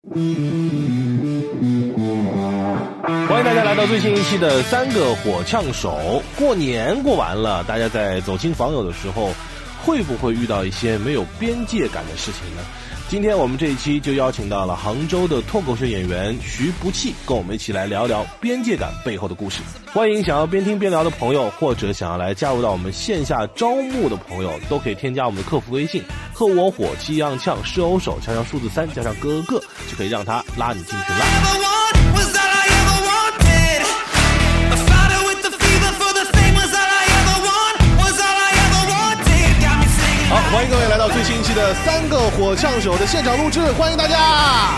欢迎大家来到最新一期的三个火枪手。过年过完了，大家在走亲访友的时候，会不会遇到一些没有边界感的事情呢？今天我们这一期就邀请到了杭州的脱口秀演员徐不器，跟我们一起来聊聊边界感背后的故事。欢迎想要边听边聊的朋友，或者想要来加入到我们线下招募的朋友，都可以添加我们的客服微信，和我火气一样呛，是欧手加上数字3加上哥哥，就可以让他拉你进群了。好，欢迎各位来到最新一期的三个火枪手的现场录制，欢迎大家。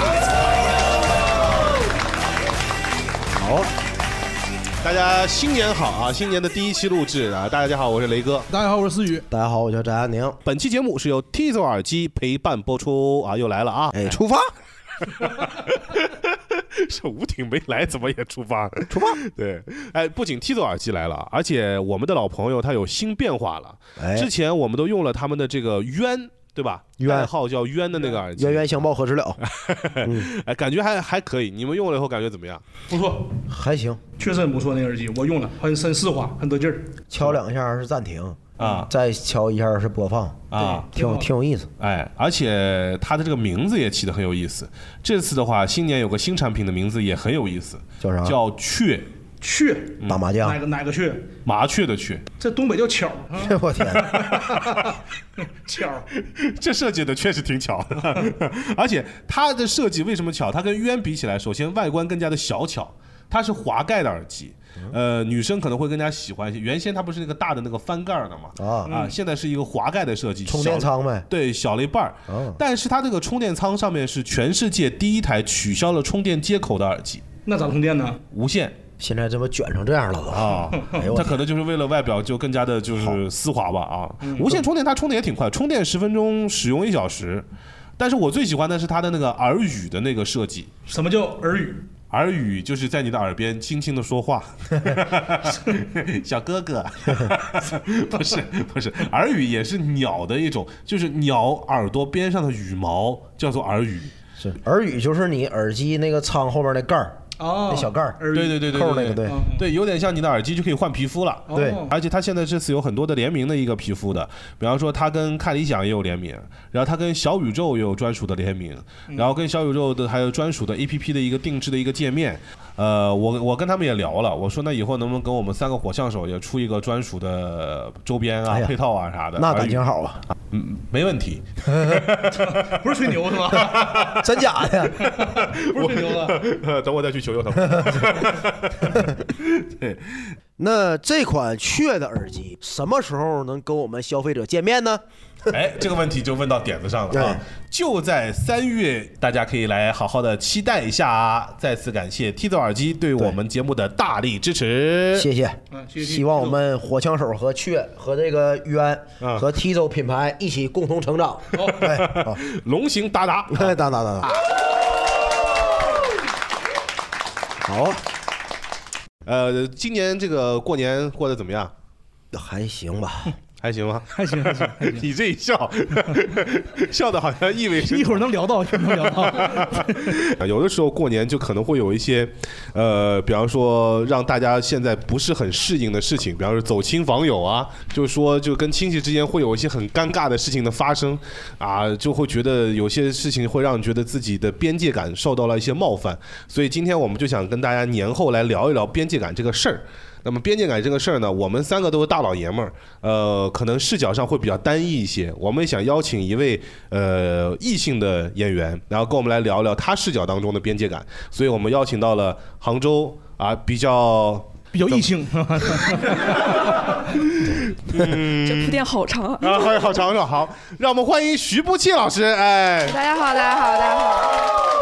好，大家新年好啊！新年的第一期录制啊！大家好，我是雷哥。 大家好，我是思雨。 大家好，我叫翟安宁。 本期节目是由 Tizo 耳机陪伴播出啊，又来了啊！ 出发。 是吴挺没来，怎么也出发？ 出发。 对，不仅 Tizo 耳机来了，而且我们的老朋友他有新变化了。之前我们都用了他们的这个渊，对吧？代号叫渊的那个耳机， 冤冤相报何时了？ 感觉还可以。你们用了以后感觉怎么样？ 不错， 还行， 确实很不错。那个耳机我用了，很丝滑，很得劲儿。 敲两下是暂停啊， 再敲一下是播放啊， 挺有意思。 而且它的这个名字也起得很有意思。这次的话，新年有个新产品的名字也很有意思， 叫啥？ 叫雀。 雀打麻将， 哪个雀？ 麻雀的雀， 这东北叫巧。 我天， 巧， 这设计的确实挺巧。而且它的设计为什么巧？它跟渊比起来，首先外观更加的小巧，它是滑盖的耳机。女生可能会更加喜欢一些。原先它不是那个大的那个翻盖的嘛？现在是一个滑盖的设计， 充电仓呗。 对，小了一半。但是它这个充电仓上面是全世界第一台取消了充电接口的耳机。 那咋充电呢？ 无线。 现在这么卷成这样了都啊！它可能就是为了外表就更加的就是丝滑吧啊！无线充电它充电也挺快，充电10分钟，使用1小时。但是我最喜欢的是它的那个耳语的那个设计。 什么叫耳语？ 耳语就是在你的耳边轻轻的说话。小哥哥，不是，耳语也是鸟的一种，就是鸟耳朵边上的羽毛叫做耳语。 是耳语就是你耳机那个仓后面那盖儿。那小盖儿， 对， 扣那个， 对，有点像你的耳机就可以换皮肤了， 对， 而且它现在这次有很多的联名的一个皮肤的，比方说它跟看理想也有联名，然后它跟小宇宙也有专属的联名，然后跟小宇宙的还有专属的 APP 的一个定制的一个界面。我跟他们也聊了，我说那以后能不能跟我们三个火枪手也出一个专属的周边啊、配套啊啥的？ 那感情好啊， 没问题。 不是吹牛是吧？ 真假的？ 不是吹牛的。 等我再去求求他们。对， 那这款雀的耳机什么时候能跟我们消费者见面呢？ 这个问题就问到点子上了啊！就在3月，大家可以来好好的期待一下啊！再次感谢 Tizo 耳机对我们节目的大力支持， 谢谢。希望我们火枪手和雀和这个渊和 Tizo 品牌一起共同成长。对， 龙行达达， 达。好。 今年这个过年过得怎么样？ 还行吧。 还行吗？ 还行。 你这一笑，笑的好像意味深。 一会儿能聊到， 有的时候过年就可能会有一些，比方说让大家现在不是很适应的事情，比方说走亲访友啊，就是说就跟亲戚之间会有一些很尴尬的事情的发生啊，就会觉得有些事情会让你觉得自己的边界感受到了一些冒犯，所以今天我们就想跟大家年后来聊一聊边界感这个事儿。那么边界感这个事儿呢，我们3个都是大老爷们儿，可能视角上会比较单一一些。我们想邀请一位异性的演员，然后跟我们来聊聊他视角当中的边界感。所以我们邀请到了杭州啊比较异性。 这铺垫好长啊！ 好长。好，让我们欢迎徐不器老师。 大家好，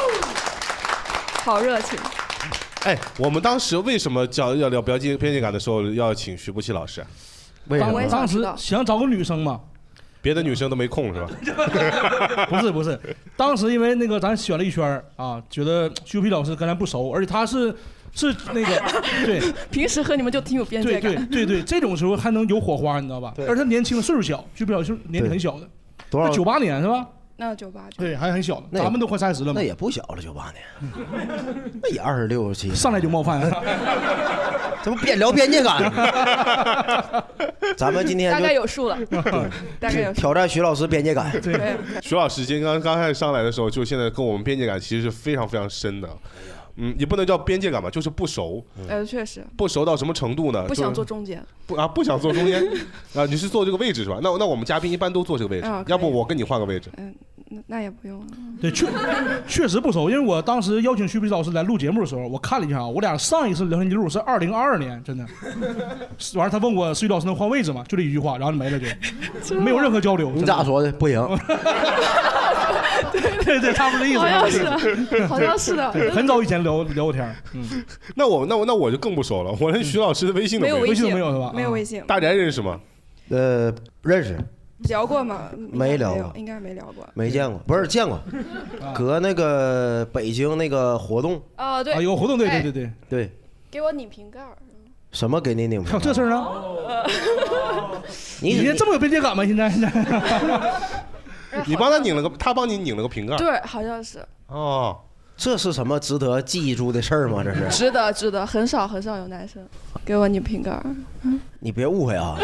好热情。 我们当时为什么要聊边界感的时候要请徐不器老师？ 为什么？ 当时想找个女生嘛， 别的女生都没空是吧？ 不是，当时因为那个咱选了一圈啊，觉得徐不器老师跟咱不熟，而且他是那个对， 平时和你们就挺有边界感。 对，这种时候还能有火花，你知道吧？而且他年轻，岁数小，徐不器老师年纪很小的， 多少 ？98年是吧？ 那98， 对，还很小，咱们都快30了嘛。 那也不小了，98年，那也26、27， 上来就冒犯， 这不聊边界感？咱们今天大概有数了，大概有挑战徐老师边界感。 对， 徐老师今天刚开始上来的时候，就现在跟我们边界感其实是非常非常深的。也不能叫边界感吧，就是不熟。 确实。 不熟到什么程度呢？ 不想坐中间。 不想坐中间啊！你是坐这个位置是吧？那我们嘉宾一般都坐这个位置，要不我跟你换个位置。 那也不用。 对，确实不熟，因为我当时邀请徐碧老师来录节目的时候，我看了一下，我俩上一次聊天记录是2022年，真的。完了，他问我徐老师能换位置吗？就这一句话，然后没了就，没有任何交流。 你咋说的？不行。 对，差不多的意思。 好像是的。 很早以前聊过天。 那我就更不熟了，我连徐老师的微信都没有， 微信都没有是吧？ 没有微信。 大宅认识吗？ 认识。 聊过吗？ 没聊过， 应该没聊过。 没见过，不是见过，搁那个北京那个活动。 对。 有活动，对。 给我拧瓶盖。 什么给你拧瓶盖？ 还有这事儿呢？ 你现在这么有边界感吗？现在？ 你帮他拧了个，他帮你拧了个瓶盖。 对，好像是。 哦， 这是什么值得记忆住的事儿吗？这是。 值得，很少有男生给我拧瓶盖。 你别误会啊。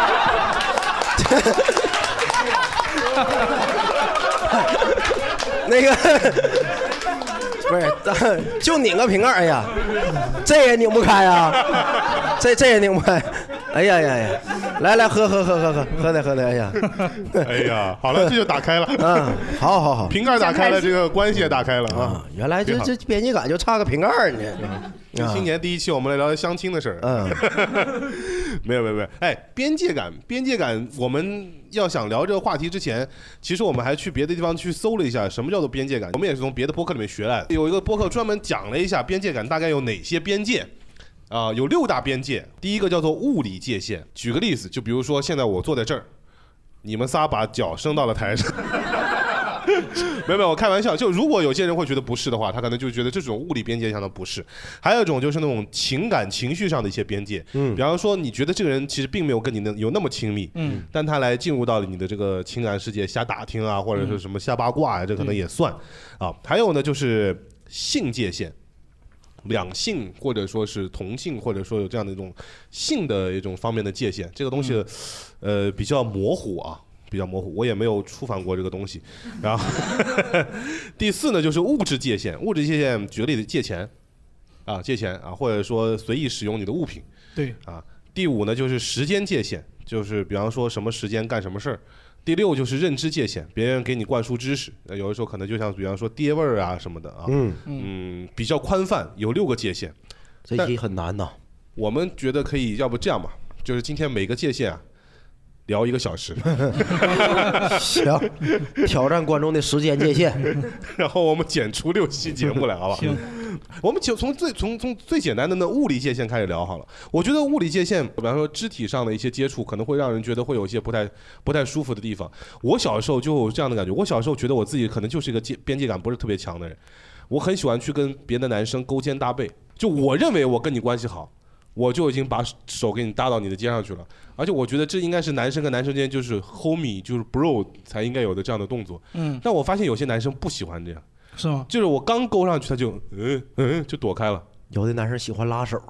那个不是，就拧个瓶盖，哎呀，这也拧不开啊，这也拧不开，哎呀，来喝的， 哎呀，好了，这就打开了， 好， 瓶盖打开了，这个关系也打开了啊， 原来这边界感就差个瓶盖呢。 新年第一期我们来聊相亲的事儿。没有，哎，边界感，我们要想聊这个话题之前，其实我们还去别的地方去搜了一下什么叫做边界感，我们也是从别的播客里面学来的。有一个播客专门讲了一下边界感大概有哪些边界。有6大边界，第一个叫做物理界限。举个例子，就比如说现在我坐在这儿，你们仨把脚伸到了台上。没有，我开玩笑。就如果有些人会觉得不是的话，他可能就觉得这种物理边界上的不是。还有一种就是那种情绪上的一些边界。比方说你觉得这个人其实并没有跟你有那么亲密，但他来进入到了你的这个情感世界瞎打听啊，或者是什么瞎八卦啊，这可能也算啊。还有呢就是性界限。两性或者说是同性，或者说有这样的一种性的一种方面的界限，这个东西比较模糊啊。比较模糊，我也没有触犯过这个东西。然后第4呢，就是物质界限。物质界限，举个例子，借钱啊，或者说随意使用你的物品。 对啊。第5呢，就是时间界限，就是比方说什么时间干什么事儿。第6就是认知界限，别人给你灌输知识，有的时候可能就像比方说爹味儿啊什么的啊。比较宽泛，有6个界限。 这题很难呐。 我们觉得可以，要不这样吧，就是今天每个界限啊。聊1个小时， 行，挑战观众的时间界限， 然后我们剪出6期节目来，好吧？ 行， 我们从最简单的那物理界限开始聊好了。我觉得物理界限，比方说肢体上的一些接触，可能会让人觉得会有一些不太舒服的地方。我小时候就有这样的感觉，我小时候觉得我自己可能就是一个边界感不是特别强的人，我很喜欢去跟别的男生勾肩搭背，就我认为我跟你关系好。我就已经把手给你搭到你的肩上去了，而且我觉得这应该是男生跟男生之间就是 homie 就是 bro 才应该有的这样的动作。但我发现有些男生不喜欢这样， 是吗？ 就是我刚勾上去他就就躲开了。 有的男生喜欢拉手。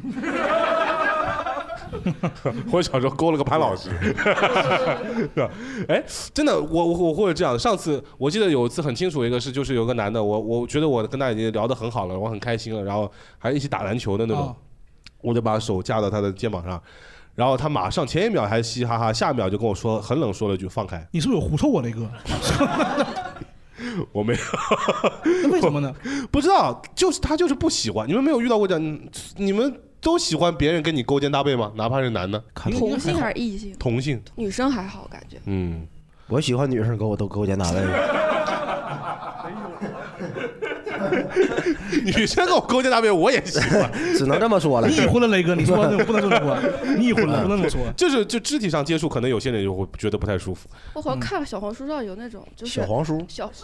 我小时候勾了个潘老师。哎，真的，我会这样。上次我记得有一次很清楚，一个是就是有个男的，我觉得我跟他已经聊得很好了，我很开心了，然后还一起打篮球的那种。我就把手架到他的肩膀上，然后他马上前一秒还嘻嘻哈哈，下一秒就跟我说很冷，说了一句放开。 你是不是有狐臭啊，雷哥？ 我没有。 那为什么呢？ 不知道，就是他就是不喜欢。你们没有遇到过这样？你们都喜欢别人跟你勾肩搭背吗？哪怕是男的。 同性还是异性？ 同性。 女生还好感觉。 我喜欢女生跟我都勾肩搭背。 女生跟我勾肩搭背，我也喜欢， 只能这么说了。 你已婚了，雷哥，你说不能这么说。你已婚了，不能这么说。 就肢体上接触，可能有些人就会觉得不太舒服。 我好像看了小黄书上有那种，就是小黄书，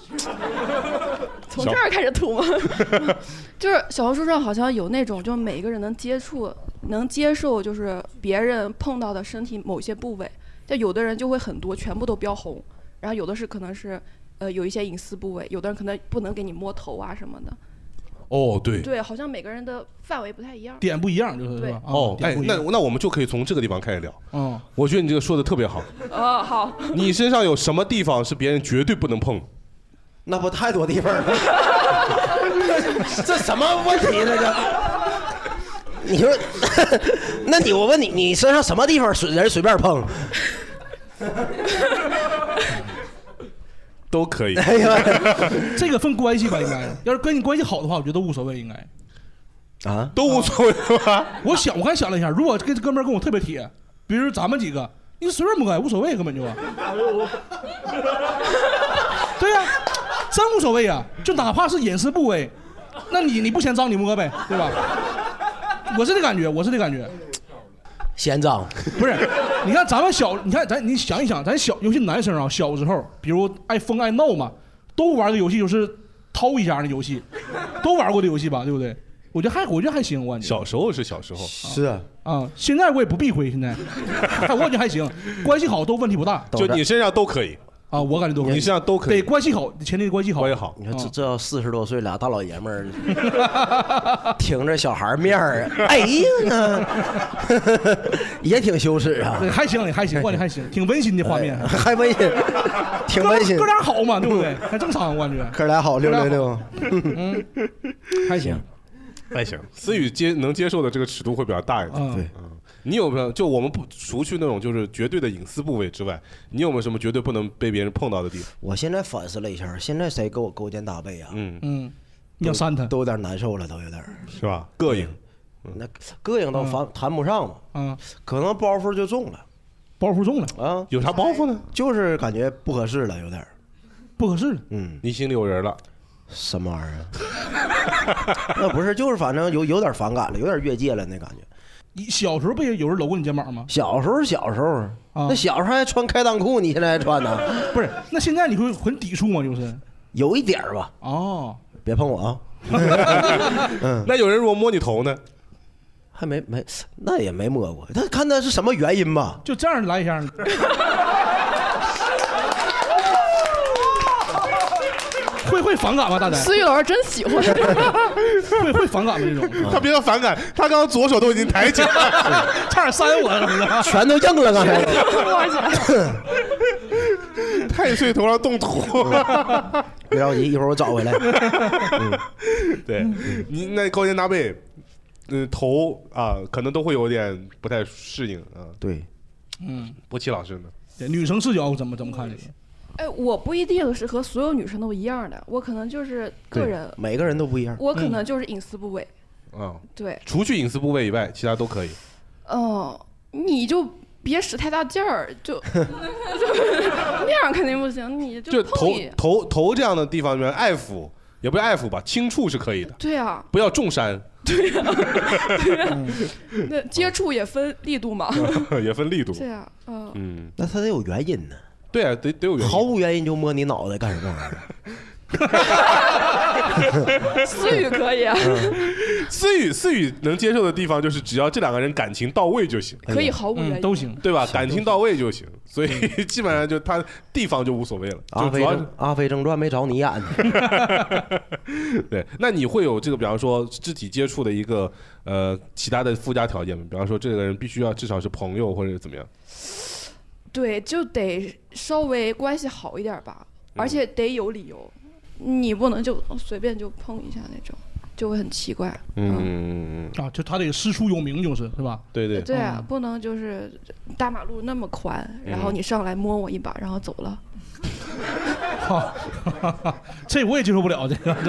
从这儿开始吐吗？就是小黄书上好像有那种，就每一个人能接受，就是别人碰到的身体某些部位，就有的人就会很多，全部都标红，然后有的是可能是有一些隐私部位，有的人可能不能给你摸头啊什么的。 哦，对。 对，好像每个人的范围不太一样， 点不一样，就是吧？ 哦，哎，那我们就可以从这个地方开始聊。我觉得你这个说的特别好。 好。 你身上有什么地方是别人绝对不能碰？ 那不太多地方了。这什么问题呢？这，你说，那我问你，你身上什么地方人随便碰？ 都可以。 哎呀， 这个分关系吧，应该。要是跟你关系好的话，我觉得无所谓，应该。 啊， 都无所谓吧？ 我刚想了一下，如果这哥们儿跟我特别铁，比如咱们几个，你随便摸无所谓，根本就。对呀，真无所谓啊！就哪怕是隐私部位，那你不嫌脏你摸呗，对吧？我是这感觉。 嫌脏不是？你看咱们你想一想，咱尤其男生啊，小时候，比如爱疯爱闹嘛，都玩个游戏，就是掏一下的游戏，都玩过的游戏吧，对不对？我觉得还行，我感觉。 小时候是小时候。 是啊，现在我也不避讳，现在，我感觉还行，关系好都问题不大。 就你身上都可以。 啊，我感觉都可以， 你身上都可以， 得关系好，前提关系好。 关系好， 你看这要40多岁俩大老爷们儿，听着小孩面儿，哎呀，也挺羞耻啊。 还行，我感觉还行，挺温馨的画面， 还温馨，挺温馨。 哥俩好嘛，对不对？还正常，我感觉。 哥俩好，666。 还行， 还行。思雨能接受的这个尺度会比较大一点。 对。 你有没有就我们不除去那种就是绝对的隐私部位之外，你有没有什么绝对不能被别人碰到的地方？ 我现在反思了一下，现在谁跟我勾肩搭背啊？ 你要删他， 都有点难受了，都有点是吧？膈应， 那膈应倒谈不上嘛，可能包袱就重了， 包袱重了啊？ 有啥包袱呢？ 就是感觉不合适了，有点不合适了。 你心里有人了？ 什么玩意儿？那不是，就是反正有点反感了，有点越界了那感觉。 你小时候不也有人搂过你肩膀吗？ 小时候，那小时候还穿开裆裤，你现在还穿呢？ 不是，那现在你会很抵触吗？就是有一点吧。 哦， 别碰我啊！ 那有人如果摸你头呢？ 还没，那也没摸过。他看他是什么原因吧？ 就这样来一下。会反感吗？大胆， 思雨老师真喜欢。 会反感吗？这种他别说反感，他刚刚左手都已经抬起来了， 差点扇我了， 全都硬了，刚才。 太岁头上动土。 别着急，一会儿我找回来。 对你那勾肩搭背，头啊，可能都会有点不太适应啊。 对， 博奇老师呢？ 对，女生视角怎么看这个？ 哎，我不一定是和所有女生都一样的，我可能就是个人， 每个人都不一样。 我可能就是隐私部位。对， 除去隐私部位以外，其他都可以。 你就别使太大劲儿，就那样肯定不行。你就头这样的地方里面爱抚，也不是爱抚吧，轻触是可以的。 对啊， 不要重扇。 对呀，那接触也分力度嘛。 也分力度。 对啊， 那他得有原因呢。 对啊，得有原因。 毫无原因就摸你脑袋干什么玩意儿？ 思雨可以啊。 思雨能接受的地方就是只要这两个人感情到位就行， 可以毫无原因都行， 对吧？感情到位就行，所以基本上就他地方就无所谓了。 阿飞正传没找你演呢。 对，那你会有这个，比方说肢体接触的一个其他的附加条件吗？比方说这个人必须要至少是朋友或者怎么样？ 对，就得稍微关系好一点吧，而且得有理由，你不能就随便就碰一下那种，就会很奇怪。 就他得师出有名，是吧？ 对对对啊，不能就是大马路那么宽，然后你上来摸我一把，然后走了。 这我也接受不了，这个。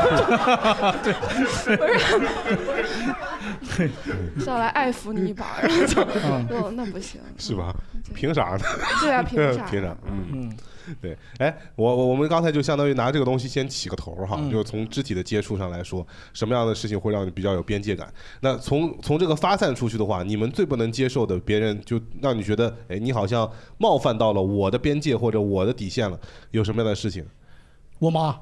对，上来爱抚你一把，然后走，那不行， 是吧？凭啥呢？ 对啊，凭啥？ 凭啥？对。哎，我们刚才就相当于拿这个东西先起个头哈，就从肢体的接触上来说，什么样的事情会让你比较有边界感？那从这个发散出去的话，你们最不能接受的，别人就让你觉得，哎，你好像冒犯到了我的边界或者我的底线了，有什么样的事情？ 我妈，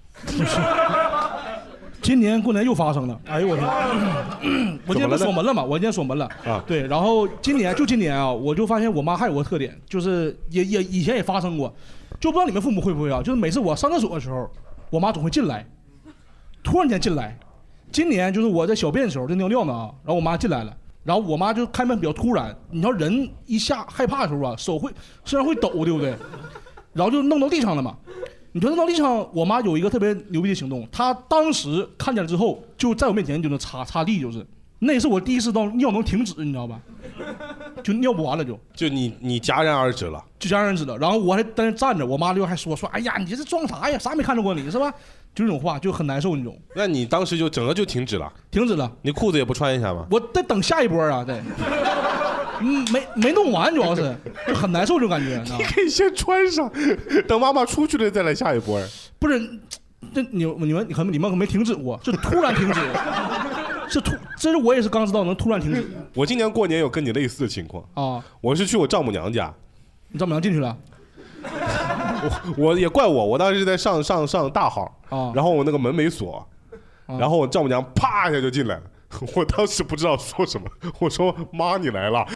今年过年又发生了，哎呦我天！我今天不锁门了嘛？我今天锁门了啊。对，然后今年啊，我就发现我妈还有个特点，就是也以前也发生过， 就不知道你们父母会不会啊？就是每次我上厕所的时候，我妈总会进来，突然间进来。今年就是我在小便的时候在尿尿呢啊，然后我妈进来了，然后我妈就开门比较突然，你知道人一下害怕的时候啊，身上会抖，对不对？然后就弄到地上了嘛。你说弄到地上，我妈有一个特别牛逼的行动，她当时看见了之后，就在我面前就能擦地，就是那也是我第一次到尿能停止，你知道吧？就尿不完了就你戛然而止了， 就戛然而止了。然后我还在那站着，我妈就还说，哎呀，你这装啥呀？啥没看着过你是吧？就这种话就很难受那种。 那你当时就整个就停止了？ 停止了。 你裤子也不穿一下吗？ 我在等下一波啊，对。没弄完，主要是就很难受这种感觉。 你可以先穿上，等妈妈出去了再来下一波。 不是，这你们可没停止过，是突然停止，这是我也是刚知道能突然停止。 我今年过年有跟你类似的情况啊， 我是去我丈母娘家。 你丈母娘进去了？ 我也怪我当时在上大号啊，然后我那个门没锁，然后我丈母娘啪一下就进来了。我当时不知道说什么，我说妈你来了，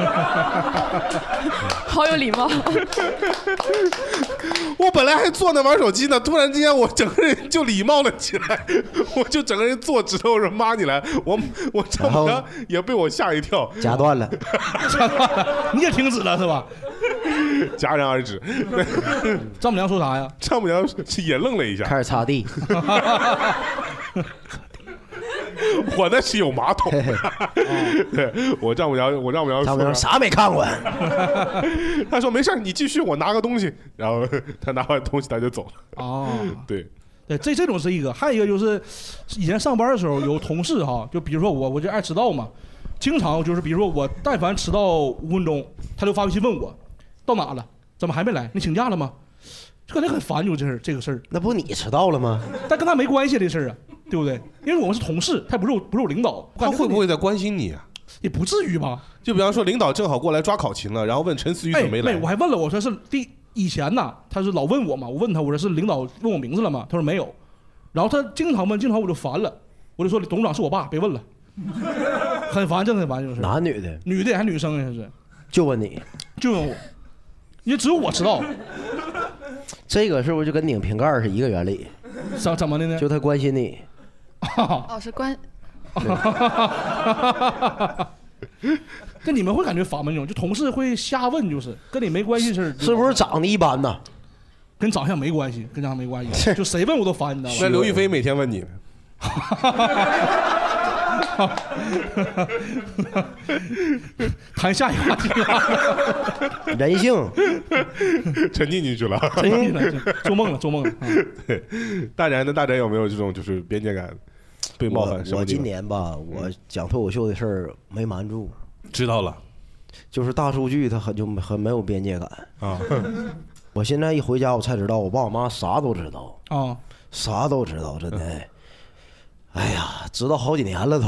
好有礼貌。 我本来还坐那玩手机呢，突然之间我整个人就礼貌了起来，我就整个人坐直了，我说妈你来，我丈母娘也被我吓一跳， 夹断了， 你也停止了是吧？ 戛然而止。 丈母娘说啥呀？ 丈母娘也愣了一下， 开始擦地。 我那是有马桶。对，我丈母娘说啥没看过。 他说没事你继续，我拿个东西。然后他拿完东西他就走了。 哦， 对， 这种是一个，还有一个就是以前上班的时候有同事哈，就比如说我就爱迟到嘛，经常就是比如说我但凡迟到5分钟，他就发微信问我到哪了，怎么还没来？你请假了吗？就感觉很烦，就这个事儿。 那不你迟到了吗？ 但跟他没关系这事儿啊。对不对？因为我们是同事，他不是我领导， 他会不会在关心你啊？ 也不至于吧。 就比方说，领导正好过来抓考勤了，然后问陈思雨怎么没来？ 我还问了，我说是以前呢，他是老问我嘛，我问他，我说是领导问我名字了吗？他说没有。然后他经常问，我就烦了，我就说董事长是我爸，别问了，很烦，真的很烦，就是。 男女的？ 女的还女生呢？是？ 就问你， 就问我，因为只有我知道。 这个是不是就跟拧瓶盖是一个原理？ 怎么的呢？ 就他关心你。 哦，是关。 这你们会感觉烦吗？那种就同事会瞎问，就是跟你没关系的事儿。 是不是长得一般呢？ 跟长相没关系，跟长相没关系，就谁问我都烦，你知道吗？ 那刘亦菲每天问你。 谈下一话题了。 人性沉浸进去了， 沉浸进去了，做梦了。 对，大宅有没有这种就是边界感被冒犯？ 我今年吧，我讲脱口秀的事儿没瞒住。 知道了， 就是大数据它很没有边界感啊。我现在一回家，我才知道我爸我妈啥都知道啊，啥都知道，真的。哎呀，知道好几年了都。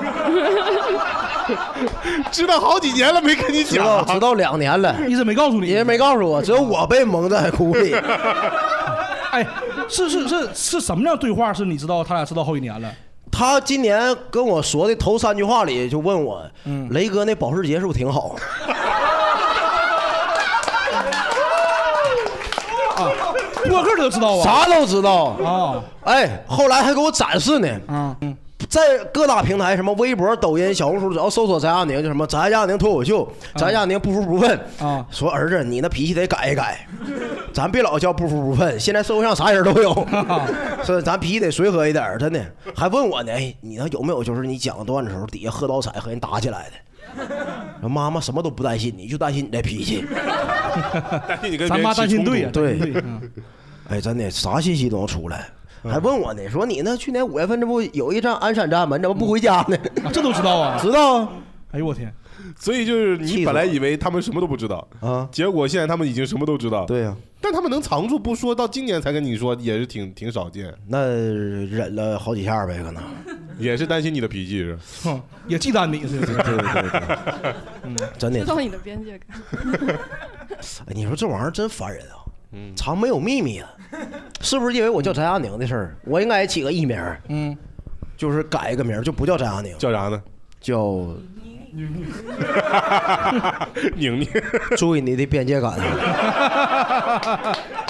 知道好几年了没跟你讲， 知道2年了， 一直没告诉你， 也没告诉我，只有我被蒙在鼓里。 哎，是什么样的对话？是你知道他俩知道好几年了？ 他今年跟我说的头3句话里就问我，雷哥那保时捷是不是挺好？ 啊，播客都知道啊， 啥都知道啊。 哎，后来还给我展示呢。在各大平台，什么微博、抖音、小红书，只要搜索翟佳宁，就什么翟佳宁脱口秀，翟佳宁不服不忿啊，说儿子你那脾气得改一改，咱别老叫不服不忿，现在社会上啥人都有，是咱脾气得随和一点，真的。还问我呢，哎，你那有没有就是你讲段子的时候底下喝倒彩和人打起来的？妈妈什么都不担心，你就担心你这脾气。 担心你跟咱妈担心对呀， 对，哎，真的啥信息都能出来。还问我呢，说你那去年5月份这不有一站鞍山站吗？你怎么不回家呢？ 这都知道啊？ 知道啊。 哎呦我天！ 所以就是你本来以为他们什么都不知道啊，结果现在他们已经什么都知道。 对呀， 但他们能藏住不说，到今年才跟你说，也是挺少见。 那忍了好几下呗，可能也是担心你的脾气是， 也忌惮你是。 对，真的知道你的边界感。 哎，你说这玩意儿真烦人啊！藏没有秘密啊，是不是因为我叫翟佳宁的事儿？我应该起个艺名，就是改一个名，就不叫翟佳宁， 叫啥呢？ 叫宁宁。 注意你的边界感。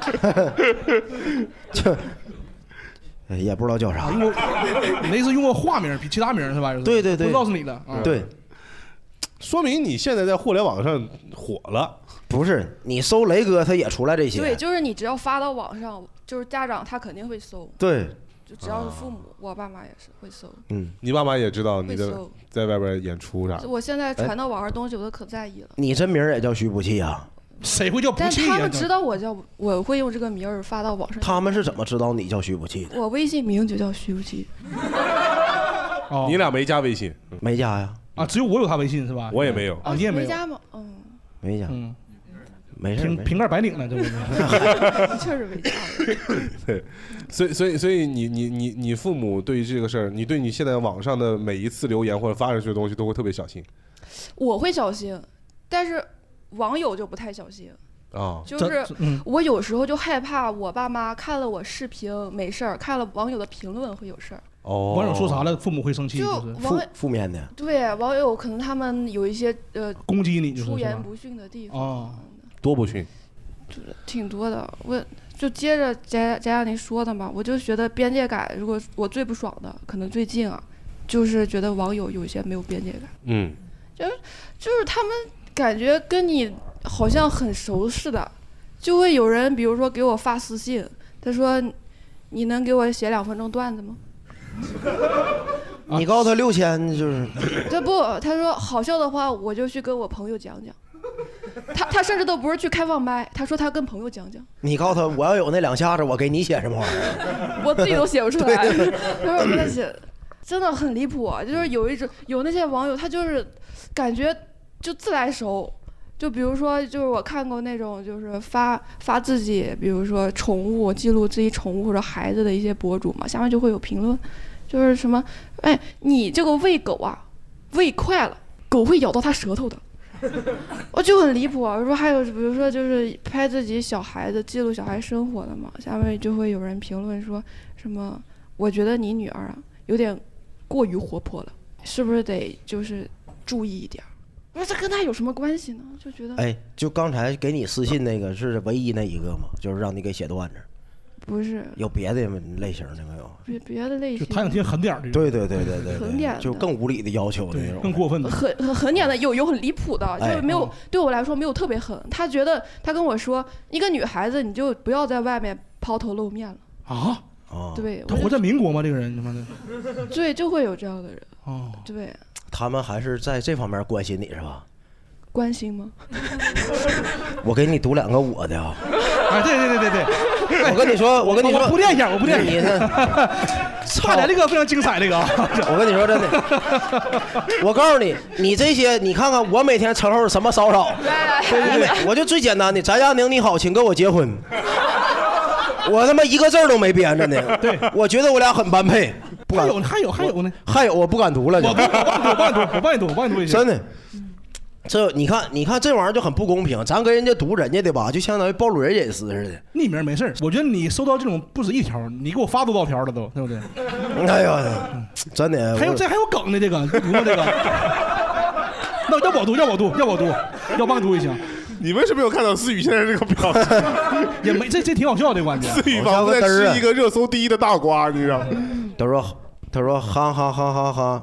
就也不知道叫啥。 你那是用过化名，比其他名是吧？ 对， 不知道是你的。 对， 说明你现在在互联网上火了。 不是，你搜雷哥，他也出来这些。 对，就是你只要发到网上，就是家长他肯定会搜。 对， 就只要是父母，我爸妈也是会搜。 你爸妈也知道你的在外边演出啥？ 我现在传到网上东西，我都可在意了。 你真名也叫徐不气啊？ 谁会叫不气？ 但他们知道我会用这个名儿发到网上。 他们是怎么知道你叫徐不气的？ 我微信名就叫徐不气。 你俩没加微信？ 没加呀。 啊，只有我有他微信是吧？ 我也没有。 啊，你也没有？ 没加吗？ 没加。没事， 瓶盖白领呢，这不是？ 确实没加。 对，所以你父母对于这个事儿，你对你现在网上的每一次留言或者发上去的东西都会特别小心。 我会小心，但是网友就不太小心。 啊， 就是我有时候就害怕我爸妈看了我视频没事儿，看了网友的评论会有事儿。 哦， 网友说啥了，父母会生气， 就是负面的。 对，网友可能他们有一些攻击你， 出言不逊的地方。 多不逊？ 就是挺多的。我就接着贾您说的嘛，我就觉得边界感，如果我最不爽的，可能最近啊，就是觉得网友有一些没有边界感。就是他们感觉跟你好像很熟似的，就会有人比如说给我发私信，他说你能给我写2分钟段子吗？ 你告诉他6000就是。 这不，他说好笑的话我就去跟我朋友讲讲。他甚至都不是去开放麦，他说他跟朋友讲讲。 你告诉他我要有那2下子，我给你写什么玩意儿？ 我自己都写不出来。他说我给他写，真的很离谱。就是有那些网友，他就是感觉就自来熟。就比如说，就是我看过那种就是发自己，比如说宠物记录自己宠物或者孩子的一些博主嘛，下面就会有评论，就是什么，哎，你这个喂狗啊，喂快了，狗会咬到它舌头的。我就很离谱啊！说还有比如说就是拍自己小孩子记录小孩生活的嘛，下面就会有人评论说什么，我觉得你女儿啊有点过于活泼了，是不是得就是注意一点？我说这跟他有什么关系呢？就觉得就刚才给你私信那个是唯一那一个吗？就是让你给写段子。 不是，有别的类型的没有？ 别的类型， 就他想听狠点的。 对， 狠点的， 就更无理的要求的那种， 更过分的。 狠点的有很离谱的，就是没有对我来说没有特别狠。他觉得他跟我说，一个女孩子你就不要在外面抛头露面了啊。 对， 他活在民国吗？这个人他妈的。 对，就会有这样的人。对。 他们还是在这方面关心你是吧？ 关心吗？ 我给你读2个我的啊。 对。 我跟你说， 我铺垫一下， 你差点这个非常精彩这个。 我跟你说真的，我告诉你，你这些你看看我每天承受什么骚扰。对，我就最简单的，翟佳宁你好，请跟我结婚。我他妈一个字都没编，真的。 对， 我觉得我俩很般配。 还有呢？ 还有，我不敢读了。 我帮你读。 真的。这你看这玩意儿就很不公平，咱跟人家读人家的吧，就相当于暴露人隐私似的。 匿名没事，我觉得你收到这种不止一条，你给我发多少条了都，对不对？ 哎呦，真的。 还有梗呢，这个读吗？这个？那要我读，要帮你读一下。 你为什么没有看到思雨现在这个表情？ 也没，这挺好笑的关键。 思雨仿佛在吃一个热搜第1的大瓜，你知道吗？ 他说哈哈哈哈哈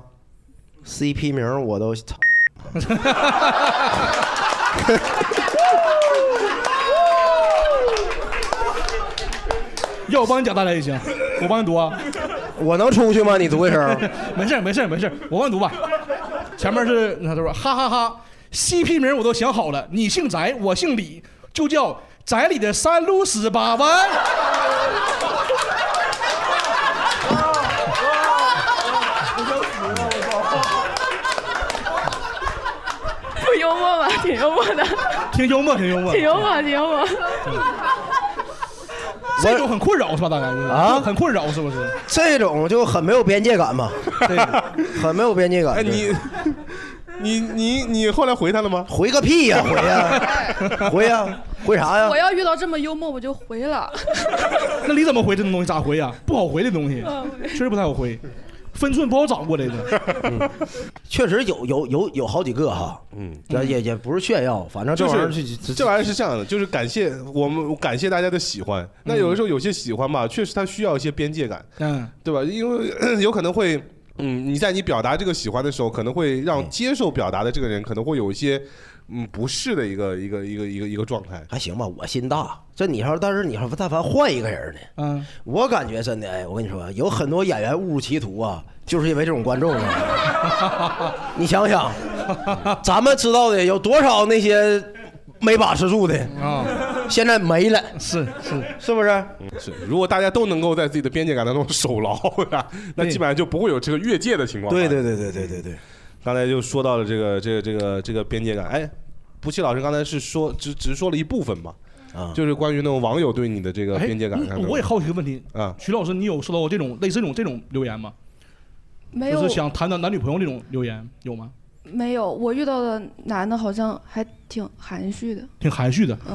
，CP 名我都操。 要我帮你讲大家也行，我帮你读啊。 我能出去吗？你读一声。 没事，我帮你读吧。前面是他说哈哈哈 ，CP 名我都想好了，你姓翟，我姓李，就叫翟里的3路18弯。 不幽默吗？挺幽默的。 挺幽默。这种很困扰是吧？大概啊，很困扰是不是？ 这种就很没有边界感嘛。对，很没有边界感。 哎，你后来回他了吗？ 回个屁呀！回啥呀？ 我要遇到这么幽默，我就回了。 那你怎么回这种东西？咋回呀？不好回的东西，确实不太好回。 分寸不好掌握这个。 确实有好几个哈，也不是炫耀，反正这玩意儿这玩意儿是这样的，就是感谢大家的喜欢。那有的时候有些喜欢吧，确实它需要一些边界感，对吧？因为有可能会，你在你表达这个喜欢的时候，可能会让接受表达的这个人可能会有一些。不是的一个状态， 还行吧。我心大，这你说，但是你说但凡换一个人呢，我感觉真的，哎，我跟你说，有很多演员误入歧途啊，就是因为这种观众啊。你想想，咱们知道的有多少那些没把持住的啊，现在没了，是不是？ 是，如果大家都能够在自己的边界感当中守牢，那基本上就不会有这个越界的情况。 对。 刚才就说到了这个边界感，哎，不期老师刚才是说只说了一部分嘛，就是关于那种网友对你的这个边界感。 我也好奇个问题啊，徐老师，你有收到过这种类似这种留言吗？ 没有， 就是想谈谈男女朋友这种留言有吗？ 没有，我遇到的男的好像还挺含蓄的。 挺含蓄的。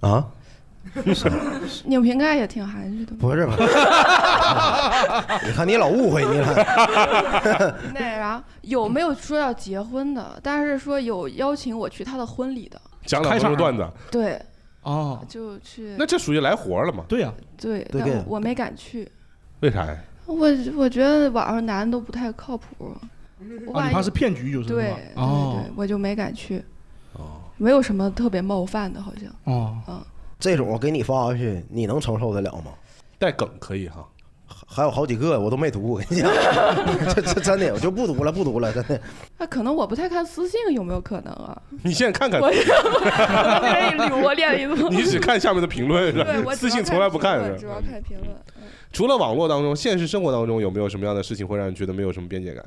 拧瓶盖也挺含蓄的。 不是吧？你看你老误会你了。 那啥，有没有说要结婚的？但是说有邀请我去他的婚礼的。 讲两分钟段子。 对。就去。 那这属于来活了嘛？ 对呀。 对，但我没敢去。 为啥呀？ 我觉得网上男的都不太靠谱。 你怕是骗局就是？ 对，我就没敢去。没有什么特别冒犯的，好像。 这种我给你发过去，你能承受得了吗？ 带梗可以哈， 还有好几个我都没读，我跟你讲，这真的我就不读了，真的。 那可能我不太看私信，有没有可能啊？ 你现在看看， 我练一组。 你只看下面的评论是吧？ 对， 私信从来不看是吧？ 主要看评论。 除了网络当中，现实生活当中有没有什么样的事情会让你觉得没有什么边界感？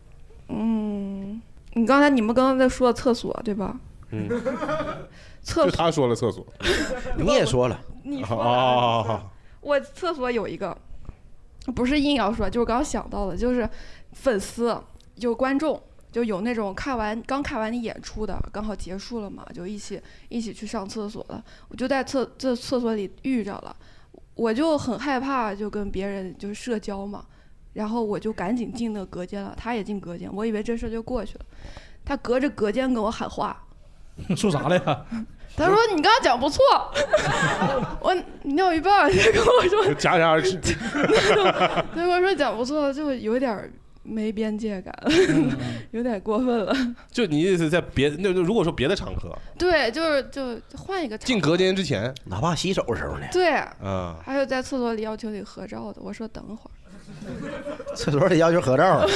你们刚刚在说厕所对吧？厕所就他说了厕所， 你也说了， 你说了。我厕所有一个，不是硬要说，就是刚想到的，就是粉丝，就是观众，就有那种刚看完你演出的，刚好结束了嘛，就一起去上厕所了。我就在厕所里遇着了，我就很害怕，就跟别人就是社交嘛，然后我就赶紧进那个隔间了，他也进隔间，我以为这事就过去了，他隔着隔间跟我喊话。 说啥了呀？ 他说你刚刚讲不错，我尿一半就跟我说戛然而止。 他跟我说讲不错，就有点没边界感，有点过分了。 就你意思在如果说别的场合， 对，就换一个场合。 进隔间之前， 哪怕洗手的时候呢？ 对，还有在厕所里要求你合照的，我说等会儿。 厕所里要求合照。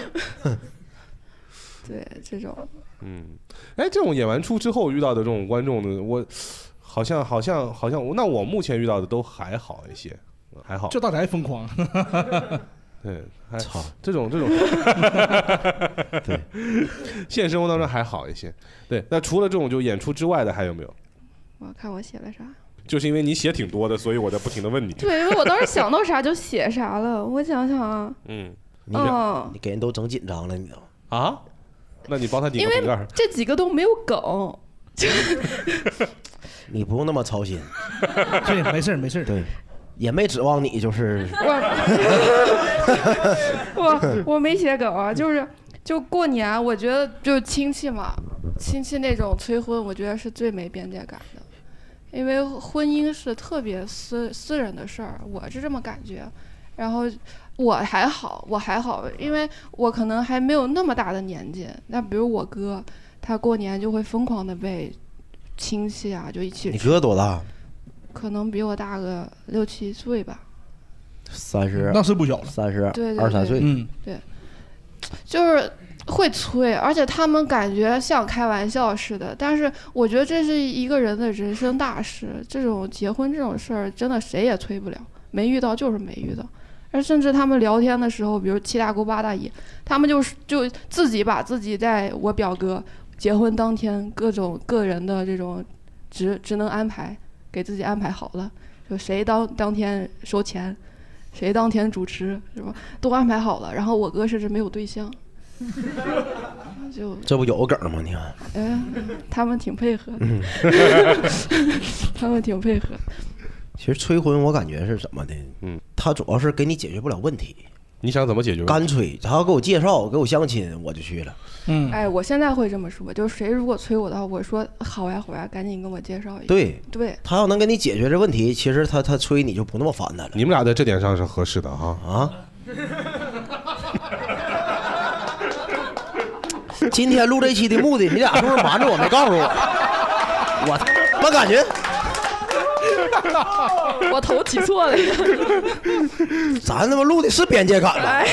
对，这种。 哎，这种演完出之后遇到的这种观众呢，我好像，那我目前遇到的都还好一些，还好。 这大宅疯狂。 对，这种，对，现实生活当中还好一些。对，那除了这种就演出之外的还有没有？ 我看我写了啥。 就是因为你写挺多的，所以我在不停的问你。 对，因为我当时想到啥就写啥了。我想想啊。 你给人都整紧张了，你知道吗？ 啊？那你帮他顶个瓶盖。因为这几个都没有梗。 你不用那么操心。 对，没事。 对，也没指望你就是。 我没写梗啊，就过年，我觉得就亲戚嘛，亲戚那种催婚，我觉得是最没边界感的，因为婚姻是特别私人的事儿，我是这么感觉。然后我还好，因为我可能还没有那么大的年纪。那比如我哥，他过年就会疯狂的被亲戚啊就一起。 你哥多大？ 可能比我大个6、7岁吧。 30， 那是不小了。 30， 对 2、3岁。 对，就是会催，而且他们感觉像开玩笑似的。但是我觉得这是一个人的人生大事，这种结婚这种事儿，真的谁也催不了，没遇到就是没遇到。而甚至他们聊天的时候，比如7大姑8大姨，他们就自己把自己在我表哥结婚当天各种个人的这种职能安排给自己安排好了，就谁当天收钱，谁当天主持，是吧？都安排好了。然后我哥甚至没有对象，就这不有个梗吗？你看， 他们挺配合的，他们挺配合。 其实催婚我感觉是怎么的？他主要是给你解决不了问题。 你想怎么解决？ 干脆他要给我介绍，给我相亲，我就去了。 哎，我现在会这么说，就是谁如果催我的话，我说好呀好呀，赶紧跟我介绍一个。对， 他要能给你解决这问题，其实他催你就不那么烦他了。 你们俩在这点上是合适的哈啊。 今天录这期的目的，你俩是不是瞒着我没告诉我？我感觉我头提错了。 咱他妈录的是边界感了。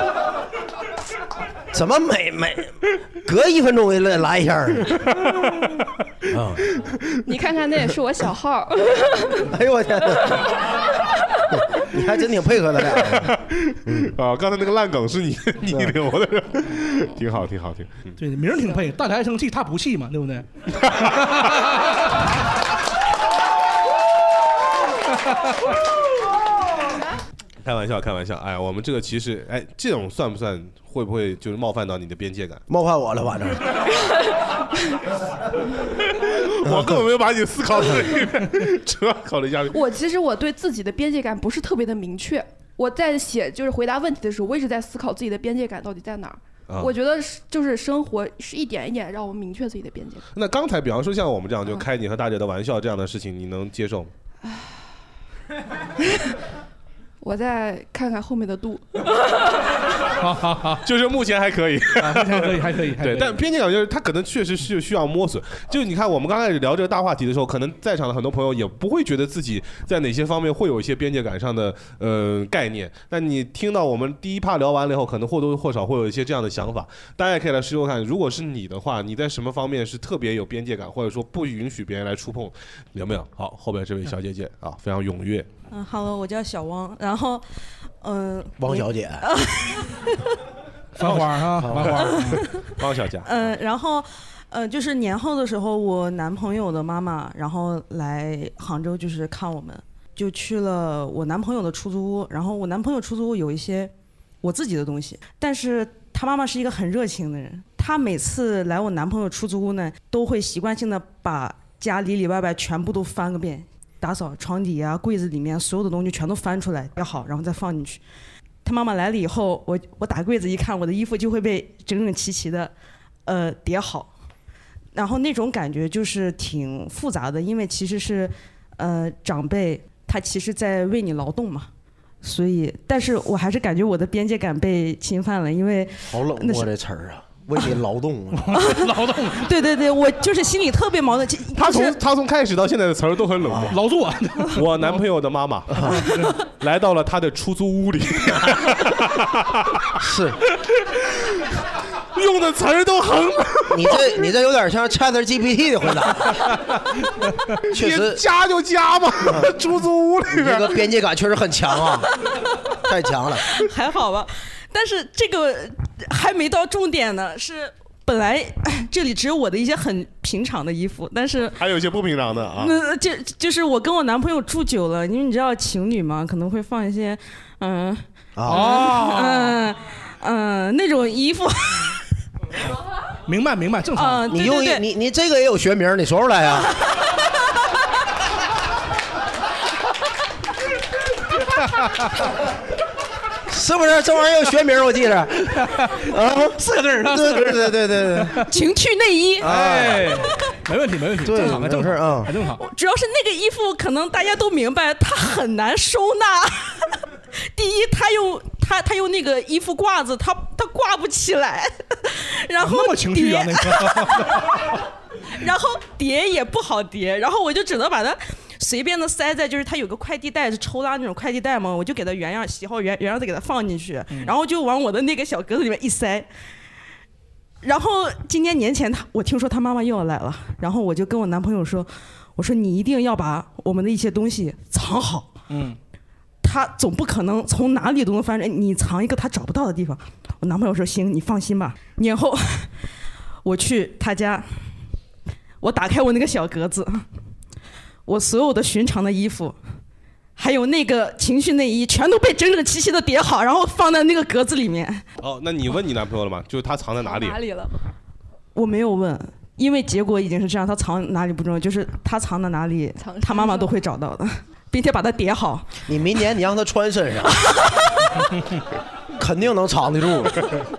怎么每隔1分钟也来一下啊？ 你看看，那也是我小号。 哎呦我天哪！你还真挺配合的俩。 啊，刚才那个烂梗是你留的，挺好。 对，名儿挺配，大家爱生气，他不气嘛，对不对？ 开玩笑，哎，我们这个其实，哎，这种算不算？会不会就是冒犯到你的边界感？ 冒犯我了，反正。 我根本没有把你思考的主要考虑一下。 其实我对自己的边界感不是特别的明确。我在就是回答问题的时候，我一直在思考自己的边界感到底在哪儿。我觉得就是生活是一点一点让我明确自己的边界感。 那刚才比方说像我们这样就开你和大姐的玩笑这样的事情，你能接受吗？ 我再看看后面的度。 就是目前还可以， 还可以。 对，但边界感就是它可能确实是需要摸索。就你看，我们刚开始聊这个大话题的时候，可能在场的很多朋友也不会觉得自己在哪些方面会有一些边界感上的概念。但你听到我们第一趴聊完了以后，可能或多或少会有一些这样的想法。大家也可以来试试看，如果是你的话，你在什么方面是特别有边界感，或者说不允许别人来触碰，有没有？好，后边这位小姐姐啊，非常踊跃。 Hello， 我叫小汪，然后， 汪小姐， 繁花啊，繁花， 汪小姐， 然后，就是年后的时候，我男朋友的妈妈，然后来杭州就是看我们，就去了我男朋友的出租屋，然后我男朋友出租屋有一些我自己的东西，但是他妈妈是一个很热情的人，他每次来我男朋友出租屋呢，都会习惯性的把家里里外外全部都翻个遍。打扫床底啊、柜子里面所有的东西全都翻出来叠好，然后再放进去。他妈妈来了以后，我打柜子一看，我的衣服就会被整整齐齐的叠好，然后那种感觉就是挺复杂的，因为其实是长辈他其实在为你劳动嘛，所以但是我还是感觉我的边界感被侵犯了，因为好冷漠这词儿啊。为你劳动， 劳动， 对，我就是心里特别矛盾。 他从开始到现在的词儿都很冷漠。 劳作， 我男朋友的妈妈来到了他的出租屋里， 是用的词儿都很冷。 你这有点像 ChatGPT 的回答。确实， 加就加吧，出租屋里边这个边界感确实很强啊，太强了。 还好吧。但是这个还没到重点呢，是本来这里只有我的一些很平常的衣服，但是还有一些不平常的啊。 就是我跟我男朋友住久了，因为你知道情侣嘛，可能会放一些那种衣服。 明白，正常。 你用你这个也有学名，你说出来呀。是不是这玩意儿有学名？我记着， 4个字儿， 对， 情趣内衣。 哎，没问题，正常事啊， 很正常。 主要是那个衣服，可能大家都明白，它很难收纳。第一，他用那个衣服挂子，他挂不起来，然后那么情趣啊那个， 然后叠也不好叠，然后我就只能把它随便的塞在，就是它有个快递袋是抽拉那种快递袋嘛，我就给它原样洗好原样再给它放进去，然后就往我的那个小格子里面一塞。然后今年年前我听说他妈妈又要来了，然后我就跟我男朋友说，我说你一定要把我们的一些东西藏好，他总不可能从哪里都能翻着，你藏一个他找不到的地方。我男朋友说行，你放心吧。年后我去他家，我打开我那个小格子，我所有的寻常的衣服还有那个情绪内衣全都被整整齐齐的叠好，然后放在那个格子里面。 哦，那你问你男朋友了吗？就是他藏在哪里？ 哪里了？我没有问，因为结果已经是这样，他藏哪里不重要，就是他藏在哪里，他妈妈都会找到的，并且把它叠好。 你明年你让他穿身上， 肯定能藏得住。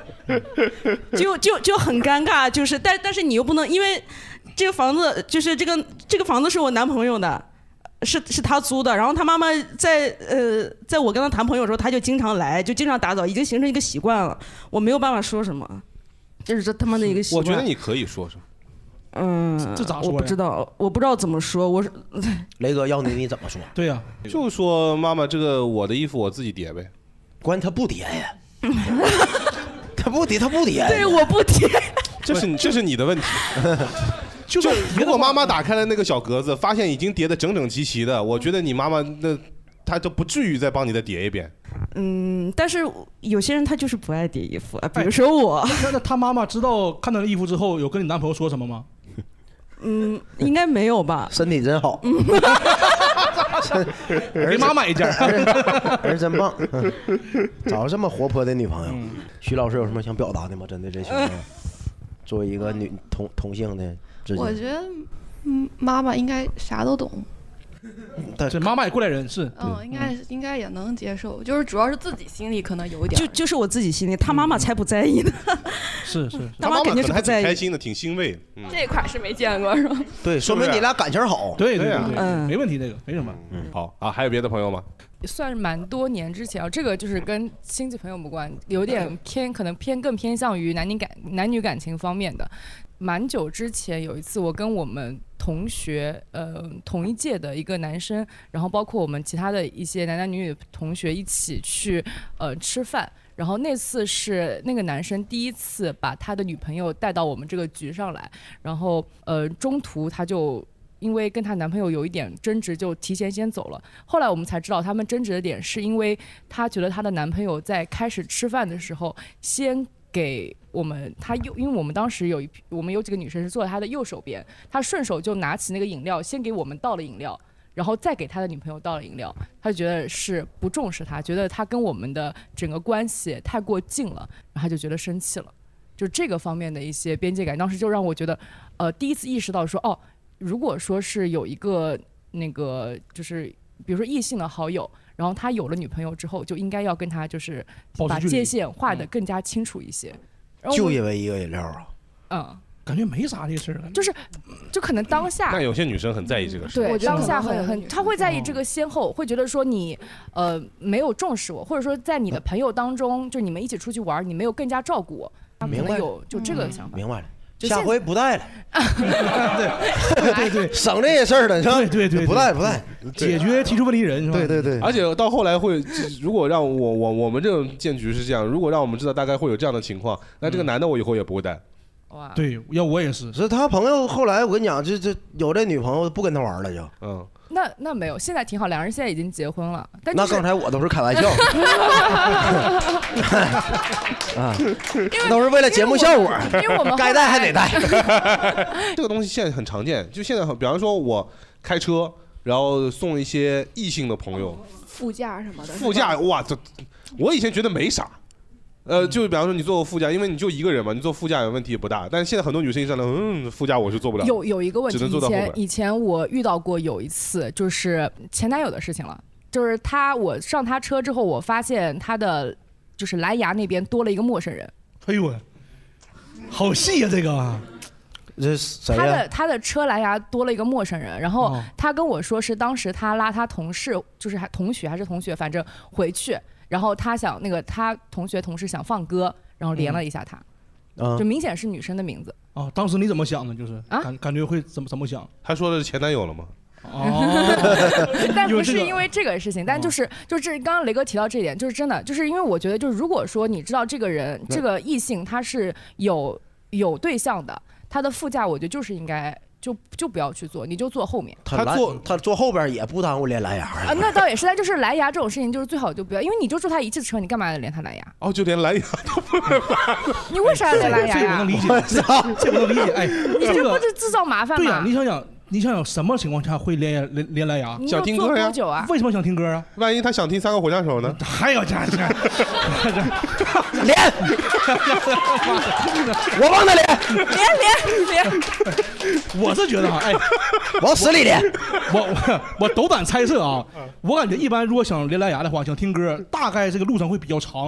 就很尴尬，就是但是你又不能，因为这个房子就是这个房子是我男朋友的，是他租的，然后他妈妈在我跟他谈朋友的时候，他就经常来，就经常打扫，已经形成一个习惯了，我没有办法说什么，这是他妈的一个习惯。 我觉得你可以说什么。 这咋说？ 我不知道怎么说。我是雷哥要你怎么说？ 对呀， 就说妈妈，这个我的衣服我自己叠呗。 关他不叠呀，他不叠。 对，我不叠。 这是你的问题。就如果妈妈打开了那个小格子，发现已经叠得整整齐齐的，我觉得你妈妈她就不至于再帮你再叠一遍。 但是有些人他就是不爱叠衣服啊，比如说我。 那他妈妈知道看到衣服之后，有跟你男朋友说什么吗？ 应该没有吧。 身体真好， 给妈买一件， 儿真棒，找这么活泼的女朋友。徐老师有什么想表达的吗？针对这情况，作为一个女同性的， 我觉得妈妈应该啥都懂。 但是妈妈也过来人是， 应该也能接受，就是主要是自己心里可能有一点， 就是我自己心里，他妈妈才不在意呢。 是， 他妈肯定是不在意， 开心的，挺欣慰。 这块是没见过是吧？ 对，说明你俩感情好。 对，没问题，这个没什么。 好啊，还有别的朋友吗？ 算是蛮多年之前啊，这个就是跟亲戚朋友无关，有点可能更偏向于男女感情方面的。蛮久之前有一次，我跟我们同学，同一届的一个男生，然后包括我们其他的一些男女同学一起去吃饭，然后那次是那个男生第一次把他的女朋友带到我们这个局上来，然后中途他就因为跟她男朋友有一点争执，就提前先走了。后来我们才知道，他们争执的点是因为她觉得她的男朋友在开始吃饭的时候先给我们，因为我们当时我们有几个女生是坐在他的右手边，他顺手就拿起那个饮料，先给我们倒了饮料，然后再给他的女朋友倒了饮料，他觉得是不重视他，觉得他跟我们的整个关系太过近了，然后他就觉得生气了，就这个方面的一些边界感，当时就让我觉得，第一次意识到说，哦，如果说是有一个那个就是比如说异性的好友。然后他有了女朋友之后，就应该要跟他就是把界限画得更加清楚一些。 就因为一个饮料啊？感觉没啥这事儿， 就可能当下。 但有些女生很在意这个事。 对，当下他会在意这个先后，会觉得说你没有重视我，或者说在你的朋友当中，就你们一起出去玩，你没有更加照顾我，他可能有就这个想法。 明白了。下回不带了， 对， 省这些事儿了，是吧？ 对， 不带， 解决提出问题人，是吧？ 对。 而且到后来会，如果让我们这种建局是这样，如果让我们知道大概会有这样的情况，那这个男的我以后也不会带。 哇， 对，要我也是。 是他朋友后来我跟你讲，这有这女朋友不跟他玩了就。 那没有，现在挺好，两人现在已经结婚了。但那刚才我都是开玩笑，都是为了节目效果。 因为我们该带还得带。 这个东西现在很常见，就现在比方说我开车，然后送一些异性的朋友， 副驾什么的。 副驾哇，我以前觉得没啥。就比方说你坐副驾，因为你就一个人嘛，你坐副驾有问题也不大。但是现在很多女生一上来，副驾我是坐不了。 有一个问题， 只能坐到后面。 以前我遇到过有一次，就是前男友的事情了，就是我上他车之后，我发现他的就是蓝牙那边多了一个陌生人。 哎呦，好细呀这个。 这谁呀？ 他的车蓝牙多了一个陌生人，然后他跟我说是当时他拉他同事，就是同学还是同学，反正回去。然后他想他同事想放歌，然后连了一下他，就明显是女生的名字。 哦，当时你怎么想的？就是感觉会怎么想？ 他说的是前男友了吗？ 但不是因为这个事情，但就是刚刚雷哥提到这一点，就是真的，就是因为我觉得，就是如果说你知道这个人这个异性他是有对象的，他的副驾我觉得就是应该。就不要去做，你就坐后面。 他坐后边也不耽误连蓝牙啊。 那倒也是，但就是蓝牙这种事情，就是最好就不要，因为你就坐他一次车，你干嘛要连他蓝牙？ 哦，就连蓝牙都不能连。 你为啥要连蓝牙呀？ 这我能理解，这我能理解。哎， 你这不是制造麻烦吗？ 对呀，你想想什么情况下会连蓝牙？ 想听歌呀？ 为什么想听歌啊？ 万一他想听3个火枪手呢？ 还有这连，我帮他连。 我是觉得哎， 往死里连。 我斗胆猜测啊，我感觉一般如果想连蓝牙的话，想听歌，大概这个路程会比较长。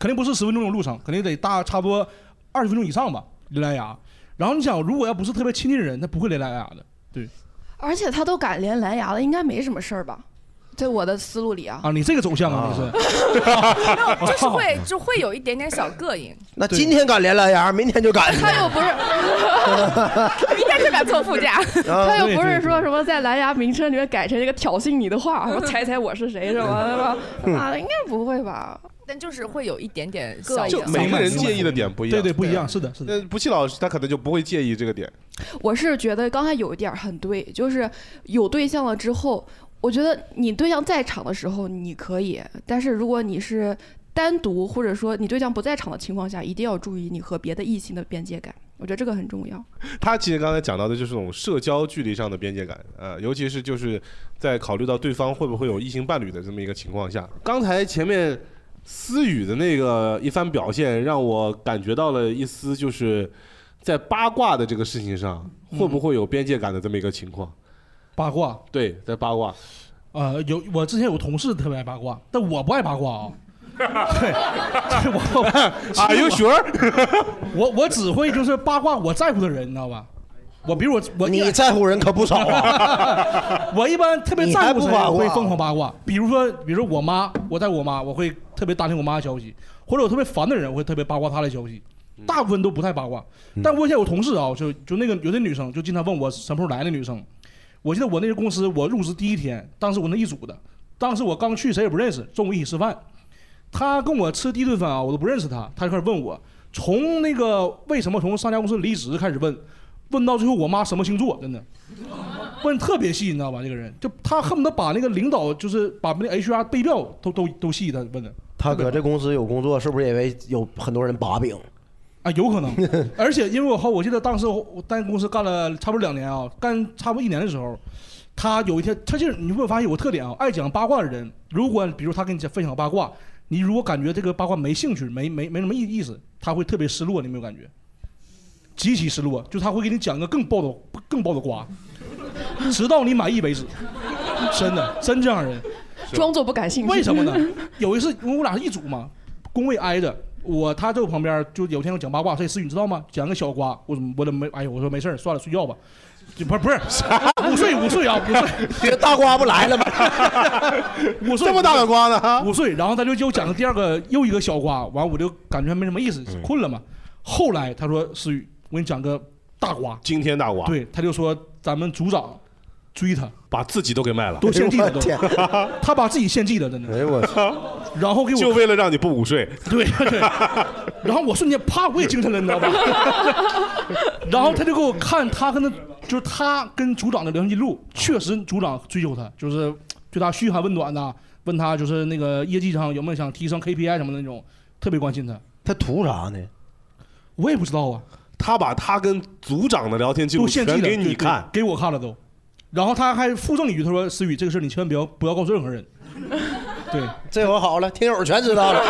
肯定不是10分钟的路程，肯定得差不多20分钟以上吧，连蓝牙。然后你想，如果要不是特别亲近的人，他不会连蓝牙的。对。 而且他都敢连蓝牙了，应该没什么事儿吧？在我的思路里啊。 你这个走向啊，你是。 就是会有一点点小膈应。 那今天敢连蓝牙，明天就敢。 他又不是， 明天就敢坐副驾。 他又不是说什么在蓝牙名称里面改成一个挑衅你的话，说猜猜我是谁是吧？对吧？啊，应该不会吧？ 但就是会有一点点小， 就每个人介意的点不一样。 对，不一样，是的。 不气老师他可能就不会介意这个点。 我是觉得刚才有一点很对，就是有对象了之后，我觉得你对象在场的时候你可以，但是如果你是单独或者说你对象不在场的情况下，一定要注意你和别的异性的边界感，我觉得这个很重要。 他其实刚才讲到的就是这种社交距离上的边界感，尤其是就是在考虑到对方会不会有异性伴侣的这么一个情况下，刚才前面思雨的那个一番表现，让我感觉到了一丝就是在八卦的这个事情上，会不会有边界感的这么一个情况？ 八卦， 对，在八卦。 我之前有同事特别爱八卦，但我不爱八卦啊。对，我 Are you sure？ 我只会就是八卦我在乎的人，你知道吧？比如我你在乎人可不少啊。 我一般特别在乎谁会疯狂八卦，比如说我妈，我在乎我妈，我会特别打听我妈的消息，或者我特别烦的人，我会特别八卦她的消息。大部分都不太八卦，但我以前有同事啊，就那个有的女生就经常问我什么时候来的女生。我记得我那个公司我入职第一天，当时我那一组的，当时我刚去谁也不认识，中午一起吃饭，他跟我吃第一顿饭啊，我都不认识他，他就开始问我从那个为什么从上家公司离职开始问到最后我妈什么星座，真的问特别细，你知道吧？这个人就他恨不得把那个领导就是把那 HR 背调都细，他问的。 他搁这公司有工作，是不是因为有很多人把柄？ 啊，有可能。而且因为我记得当时我在公司干了差不多2年啊，干差不多1年的时候，他有一天他就是你会发现有个特点啊，爱讲八卦的人，如果比如他跟你分享八卦，你如果感觉这个八卦没兴趣，没什么意思，他会特别失落，你有没有感觉？极其失落，就他会给你讲一个更爆的瓜，直到你满意为止。真这样人， 装作不感兴趣。 为什么呢？有一次因为我俩是一组嘛，工位挨着。他在我旁边，就有天我讲八卦，说思雨你知道吗？讲个小瓜，我怎么没？哎呦，我说没事算了，睡觉吧。不是午睡啊，午睡。 这大瓜不来了吗？ 午睡这么大的瓜呢？ 午睡，然后他就讲了又一个小瓜，完我就感觉没什么意思，困了嘛。后来他说思雨，我给你讲个大瓜， 惊天大瓜。 对，他就说咱们组长追他， 把自己都给卖了， 都献祭了都。他把自己献祭了，真的。 哎呦我操！ 然后给我就为了让你不午睡。 对。然后我瞬间啪，我也精神了，你知道吧？然后他就给我看就是他跟组长的聊天记录，确实组长追求他，就是对他嘘寒问暖呐，问他就是那个业绩上有没有想提升 KPI 什么的那种，特别关心他。 他图啥呢？ 我也不知道啊。 他把他跟组长的聊天记录全给你看， 给我看了都。然后他还附赠一句，他说：“思雨，这个事你千万不要告诉任何人。”对， 这回好了，听友全知道了。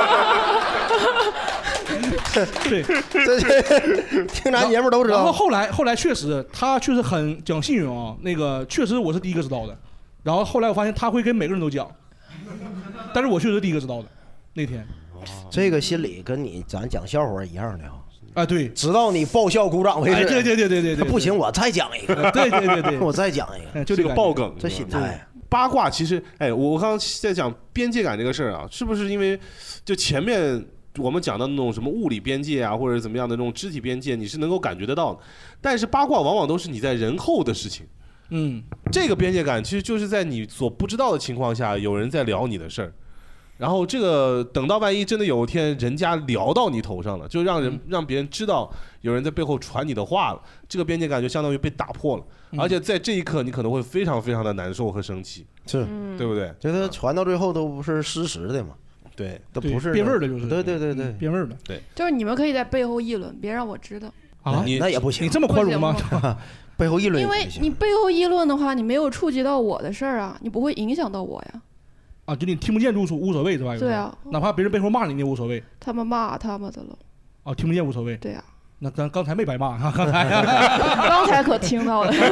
对， 这听咱节目都知道。 然后后来确实，他确实很讲信用啊，那个确实我是第一个知道的。然后后来我发现他会跟每个人都讲，但是我确实第一个知道的那天。 这个心理跟咱讲笑话一样的啊。 啊，对， 直到你爆笑鼓掌为止。 对， 不行，我再讲一个。 对， 我再讲一个， 就这个爆梗， 这心态。 八卦其实，我刚刚在讲边界感这个事儿啊，是不是因为就前面我们讲的那种什么物理边界啊，或者怎么样的那种肢体边界，你是能够感觉得到的，但是八卦往往都是你在人后的事情。这个边界感其实就是在你所不知道的情况下，有人在聊你的事儿。然后这个等到万一真的有一天人家聊到你头上了，就让别人知道有人在背后传你的话了，这个边界感就相当于被打破了，而且在这一刻你可能会非常非常的难受和生气， 是， 对不对？ 这传到最后都不是事实的嘛， 对， 都不是变味的，就是对， 变味的， 对， 就是你们可以在背后议论，别让我知道啊， 那也不行， 你这么宽容吗？ 背后议论， 因为你背后议论的话，你没有触及到我的事儿啊，你不会影响到我呀。 啊，就你听不见就无所谓是吧？ 对啊， 哪怕别人背后骂你，你也无所谓。 他们骂他们的了。 哦，听不见无所谓。 对啊。 那咱刚才没白骂啊，刚才。 刚才可听到了。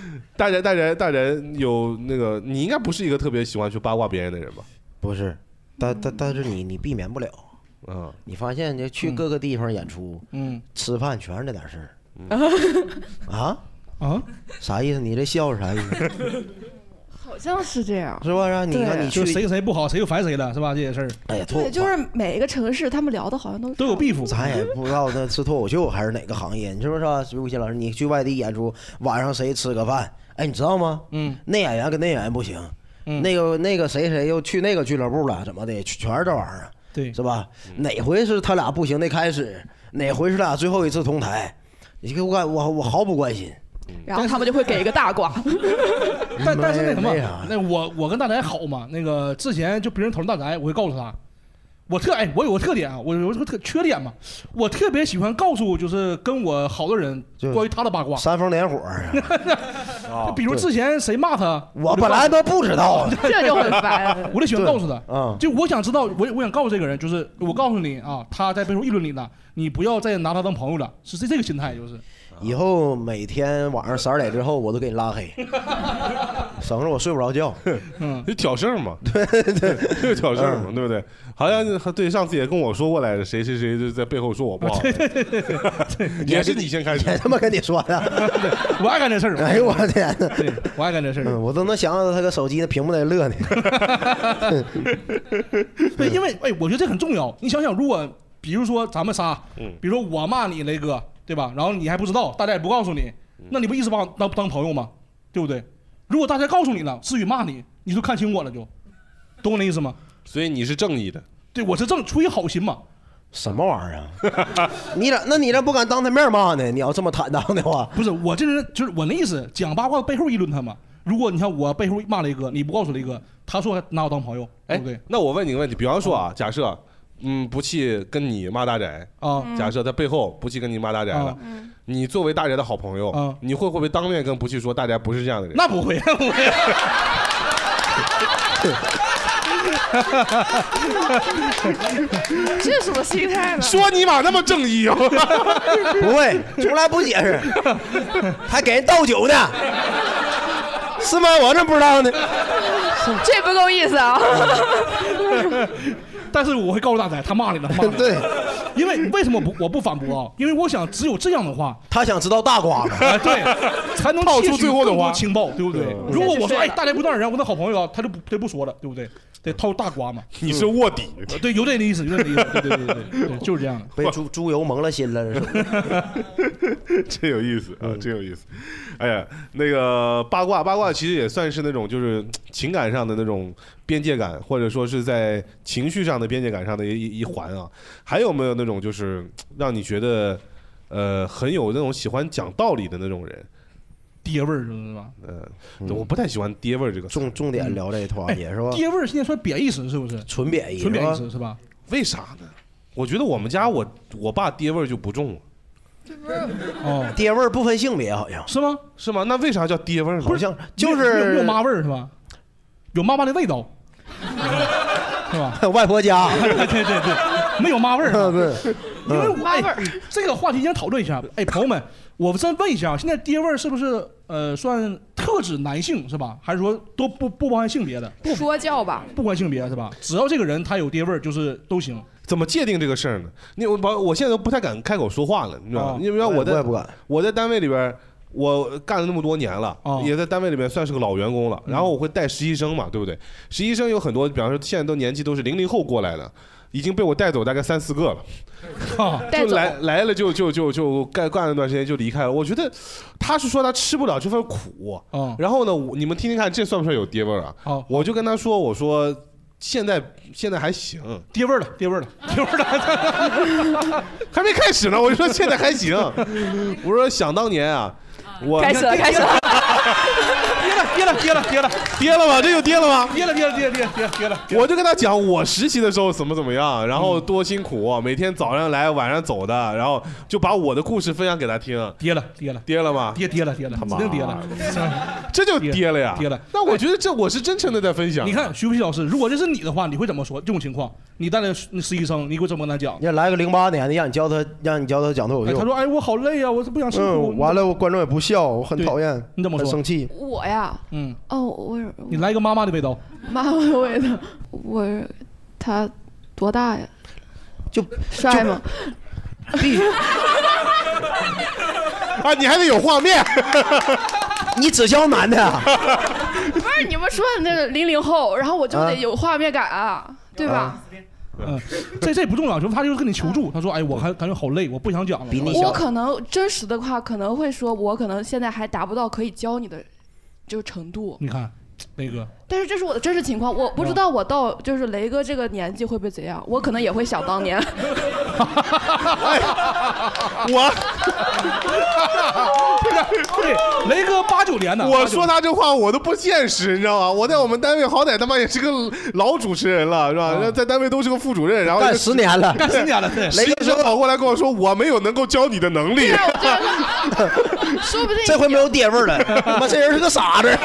大人有那个，你应该不是一个特别喜欢去八卦别人的人吧？ 不是， 但是你避免不了。你发现就去各个地方演出，吃饭全是那点事儿。啥意思？你这笑是啥意思？ 好像是这样， 是吧？你看你去谁跟谁不好，谁又烦谁了，是吧？这些事儿。 哎呀， 对，就是每个城市他们聊的好像都有 beef， 咱也不知道那是脱口秀还是哪个行业，你是不是啊？吴昕老师，你去外地演出，晚上谁吃个饭？哎，你知道吗？那演员跟那演员不行，那个谁又去那个俱乐部了，怎么的？全是这玩意儿， 对， 是吧？哪回是他俩不行的开始？哪回是他俩最后一次同台？你给我毫不关心。 然后他们就会给一个大瓜。 但是那什么，那我跟大宅好嘛？那个之前就别人讨论大宅，我会告诉他，我有个特点啊，我有个缺点嘛，我特别喜欢告诉就是跟我好的人关于他的八卦， 煽风点火。 就比如之前谁骂他， 我本来都不知道， 这就很烦。 我就喜欢告诉他，就我想知道，我想告诉这个人，就是我告诉你啊，他在背后议论你呢，你不要再拿他当朋友了，是这个心态，就是。 以后每天晚上12点之后，我都给你拉黑，省着我睡不着觉。 就挑事儿嘛，对，就挑事儿嘛，对不对？好像对上次也跟我说过来着，谁就在背后说我不好，对，也是你先开始， 也他妈跟你说的， 我爱干这事儿。 哎呦我天哪， 对，我爱干这事儿， 我都能想到他个手机的屏幕在乐呢。 对，因为我觉得这很重要。你想想，如果比如说咱们仨，比如说我骂你雷哥。对吧？然后你还不知道，大家也不告诉你，那你不一直把我当朋友吗？对不对？如果大家告诉你了，至于骂你，你就看清我了，就，懂我那意思吗？ 所以你是正义的。 对，我是出于好心嘛。 什么玩意儿啊？你咋不敢当他面骂呢？你要这么坦荡的话， 不是我这人就是我那意思，讲八卦背后议论他嘛。如果你看我背后骂雷哥，你不告诉雷哥，他说拿我当朋友，对不对？ 那我问你个问题，比方说啊，假设。不去跟你骂大宅啊，假设他背后不去跟你骂大宅了，你作为大宅的好朋友，你会不会当面跟不去说大宅不是这样的人？ 那不会，不会。 这什么心态呢？ 说你妈那么正义啊？ 不会，从来不解释，还给人倒酒呢，是吗？我怎么不知道呢？ 这不够意思啊。 但是我会告诉大家，他骂你了，他骂你了。 对， 因为为什么我不反驳啊？因为我想只有这样的话， 他想知道大瓜嘛， 对，才能套出最后的话情报，对不对？如果我说大家不当人，我的好朋友啊，他就不说了，对不对？得套大瓜嘛。 你是卧底， 对，有点意思，有点意思，对，就是这样的。 被猪油蒙了心了， 真有意思啊，真有意思。哎呀，那个八卦其实也算是那种就是情感上的那种边界感，或者说是在情绪上的边界感上的一环啊。还有没有那种就是让你觉得很有那种喜欢讲道理的那种人？ 爹味儿是吧？ 我不太喜欢爹味儿这个重点聊这一团也是吧？ 爹味儿现在算贬义词是不是？ 纯贬义， 纯贬义词是吧？ 为啥呢？我觉得我们家我爸爹味儿就不重了。 哦， 爹味儿不分性别，好像是吗？ 是吗？那为啥叫爹味儿呢？ 好像就是有妈味儿是吧？有妈妈的味道，是吧？ 外婆家， 对，没有妈味儿。 对， 因为妈味儿这个话题先讨论一下。哎，朋友们，我再问一下，现在爹味儿是不是算特指男性是吧？还是说都不包含性别的？ 说教吧， 不管性别是吧？只要这个人他有爹味儿，就是都行。 怎么界定这个事儿呢？我现在都不太敢开口说话了，你知道吗？因为我在单位里边，我干了那么多年了，也在单位里面算是个老员工了。然后我会带实习生嘛，对不对？实习生有很多，比方说现在都年纪都是00后过来的，已经被我带走大概3、4个了，就来了就干了段时间就离开了。我觉得他是说他吃不了这份苦，然后呢，你们听听看，这算不算有爹味儿啊？我就跟他说，我说。现在还行， 爹味儿了， 还没开始呢。我就说现在还行，我说想当年啊，我开始了， 跌了吗？这就跌了吗？ 跌了。 我就跟他讲我实习的时候怎么样，然后多辛苦，每天早上来晚上走的，然后就把我的故事分享给他听。 跌了吗？ 跌了，他妈，指定跌了， 这就跌了呀！ 跌了。 那我觉得我是真诚的在分享。 你看徐福熙老师，如果这是你的话，你会怎么说？这种情况，你带来实习生，你会怎么跟他讲？ 你来个08年的，让你教他讲脱口秀。 他说：“哎，我好累啊，我不想辛苦。” 完了，观众也不笑，我很讨厌。 你怎么说？ 生气。 我呀， 你来个妈妈的味道。 妈妈的味道， 他多大呀？ 就帅吗？ 必须啊，你还得有画面。 你只教男的啊？ 不是你们说的那个00后，然后我就得有画面感啊，对吧？ 这不重要，就他就是跟你求助，他说：“哎，我还感觉好累，我不想讲了。” 我可能真实的话，可能会说，我可能现在还达不到可以教你的就程度。 你看，雷哥。 但是这是我的真实情况，我不知道我到就是雷哥这个年纪会不会怎样，我可能也会想当年。 对，雷哥89年的。 我说他这话我都不现实，你知道吗？我在我们单位好歹他妈也是个老主持人了，是吧？在单位都是个副主任，然后干10年了， 干10年了。对， 雷哥说跑过来跟我说，我没有能够教你的能力。 说不定这回没有爹味儿了，妈这人是个傻子。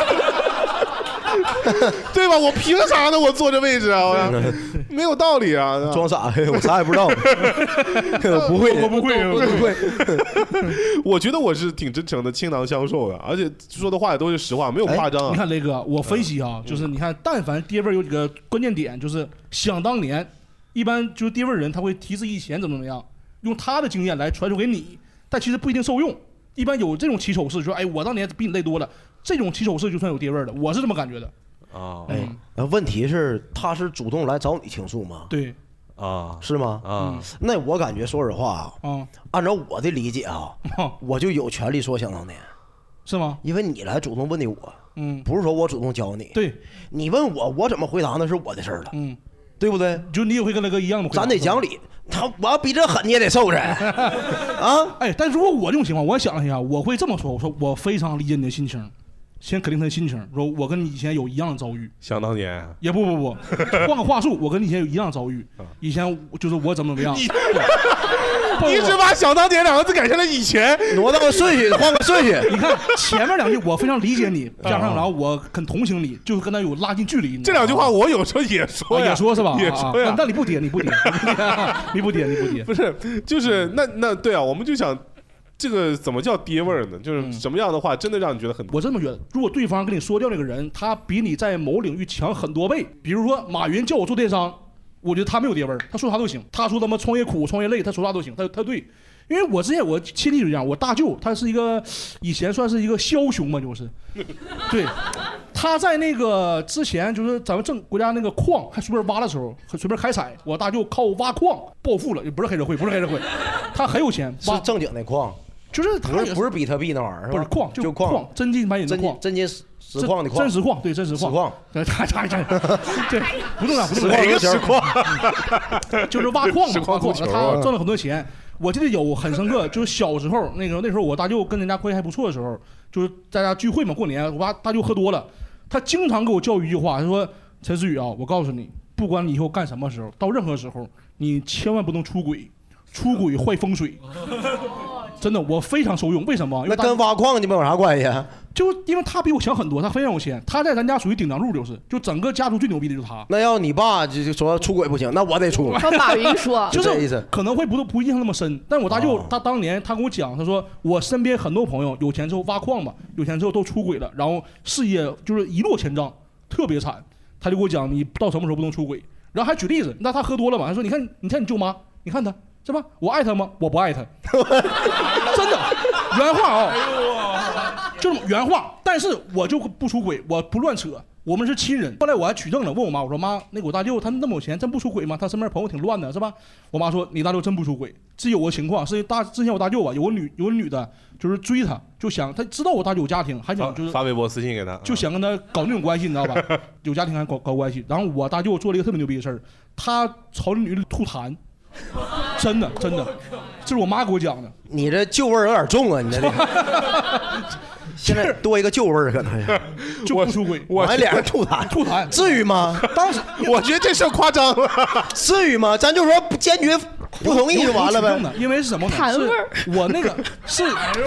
对吧？我凭啥呢？我坐这位置啊，没有道理啊！ 装傻，我啥也不知道。不会， 我不会。 我觉得我是挺真诚的，倾囊相授的，而且说的话也都是实话，没有夸张。 你看雷哥，我分析啊，就是你看，但凡爹味有几个关键点，就是想当年，一般就是爹味人他会提自己以前怎么样，用他的经验来传授给你，但其实不一定受用。一般有这种起手式，说哎，我当年比你累多了，这种起手式就算有爹味的，我是这么感觉的。 问题是他是主动来找你倾诉吗？ 对， 是吗？那我感觉说实话按照我的理解我就有权利说想当年， 是吗？ 因为你来主动问的我，不是说我主动教你， 对， 你问我怎么回答那是我的事儿了，对不对？ 就你也会跟那个一样的回答， 咱得讲理。我要比这狠你也得受着啊！ 哎，但如果我这种情况，我想了一下，我会这么说，我说我非常理解你的心情。先肯定他的心情，说我跟你以前有一样的遭遇。 想当年也不，换个话术，我跟你以前有一样的遭遇。以前就是我怎么样。 你只把想当年2个字改成了以前， 挪到个顺序，换个顺序。 你看前面2句我非常理解你，加上然后我很同情你，就是跟他有拉近距离。 这2句话我有时候也说， 也说是吧？ 也说呀。 那你不跌，你不跌， 不是，就是那对啊，我们就想。这个怎么叫爹味儿呢？就是什么样的话，真的让你觉得很…… 我这么觉得，如果对方跟你说掉那个人，他比你在某领域强很多倍，比如说马云叫我做电商，我觉得他没有爹味儿，他说啥都行。他说他妈创业苦、创业累，他说啥都行，他对。因为我之前我亲戚就这样，我大舅他是一个以前算是一个枭雄嘛，就是对。他在那个之前就是咱们国家那个矿还随便挖的时候，随便开采，我大舅靠挖矿暴富了，也不是黑社会，他很有钱， 是正经的矿。 就是不是比特币那玩意儿， 不是矿，就矿，真金白银的矿， 真金实矿的矿， 真实矿，对，真实矿，对，不重要， 哪个实矿？ 就是挖矿嘛，挖矿，他赚了很多钱。我记得有很深刻，就是小时候那时候我大舅跟人家关系还不错的时候，就是大家聚会嘛，过年，我大舅喝多了，他经常给我教育一句话，他说：“陈思宇啊，我告诉你，不管你以后干什么时候，到任何时候，你千万不能出轨，出轨坏风水。”真的，我非常受用。为什么？ 那跟挖矿你们有啥关系啊？ 就因为他比我强很多，他非常有钱，他在咱家属于顶梁柱，就整个家族最牛逼的就是他。 那要你爸就说出轨不行，那我得出。 和马云说， 就这意思。 可能会不印象那么深，但我大舅他当年他跟我讲，他说我身边很多朋友有钱之后挖矿嘛，有钱之后都出轨了，然后事业就是一落千丈，特别惨。他就给我讲，你到什么时候不能出轨？然后还举例子，那他喝多了嘛，他说你看你舅妈，你看他。是吧？我爱他吗？我不爱他，真的，原话就是原话。但是我就不出轨，我不乱扯，我们是亲人。后来我还取证了，问我妈，我说妈，那个我大舅他那么有钱，真不出轨吗？他身边朋友挺乱的，是吧？我妈说你大舅真不出轨。这有个情况是之前我大舅吧，有个女的，就是追他，就想他知道我大舅有家庭，还想就是发微博私信给他， 就想跟他搞那种关系，你知道吧？有家庭还搞关系。然后我大舅做了一个特别牛逼的事儿，他朝那女的吐痰。真的，这是我妈给我讲的。 你这旧味儿有点重啊，你这现在多一个旧味儿，可能是就不出轨。 我还脸上吐痰，至于吗？ 当时我觉得这事夸张了， 至于吗？咱就说坚决不同意就完了呗。 因为是什么呢？ 痰味儿。 我那个是。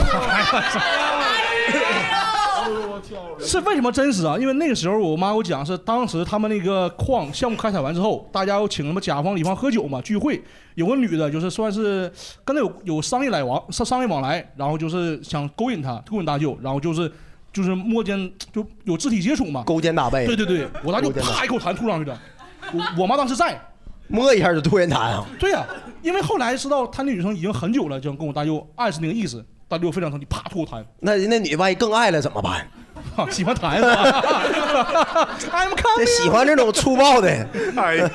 是为什么真实啊？因为那个时候我妈给我讲，是当时他们那个矿项目开采完之后，大家又请什么甲方乙方喝酒嘛，聚会，有个女的，就是算是跟他有商业往来，然后就是想勾引大舅，然后就是摸肩就有肢体接触嘛， 勾肩搭背。 对，我大舅啪一口痰吐上去的，我妈当时在， 摸一下就对人谈啊？ 对呀，因为后来知道他那女生已经很久了，就跟我大舅暗示那个意思，大舅非常生气，啪吐我痰。 那女万一更爱了怎么办？ 喜欢谈是吧？I'm coming。 喜欢这种粗暴的。 哎呀，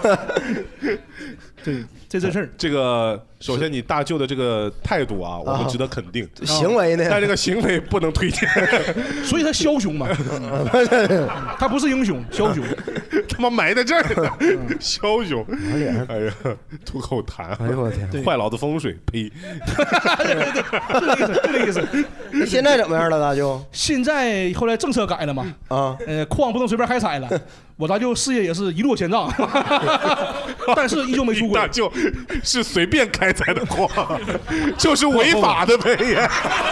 对，这事儿， 这个首先你大舅的这个态度啊，我们值得肯定。 行为呢？ 但这个行为不能推荐， 所以他枭雄嘛，他不是英雄，枭雄， 他妈埋在这儿呢，枭雄。哎呀，吐口痰， 哎呦我天， 坏老子风水，呸！ 就这意思。 现在怎么样了，大舅？ 现在后来政策改了嘛，矿不能随便开采了。我大舅事业也是一落千丈，但是依旧没出轨。 大舅是随便开采的矿，就是违法的呗也。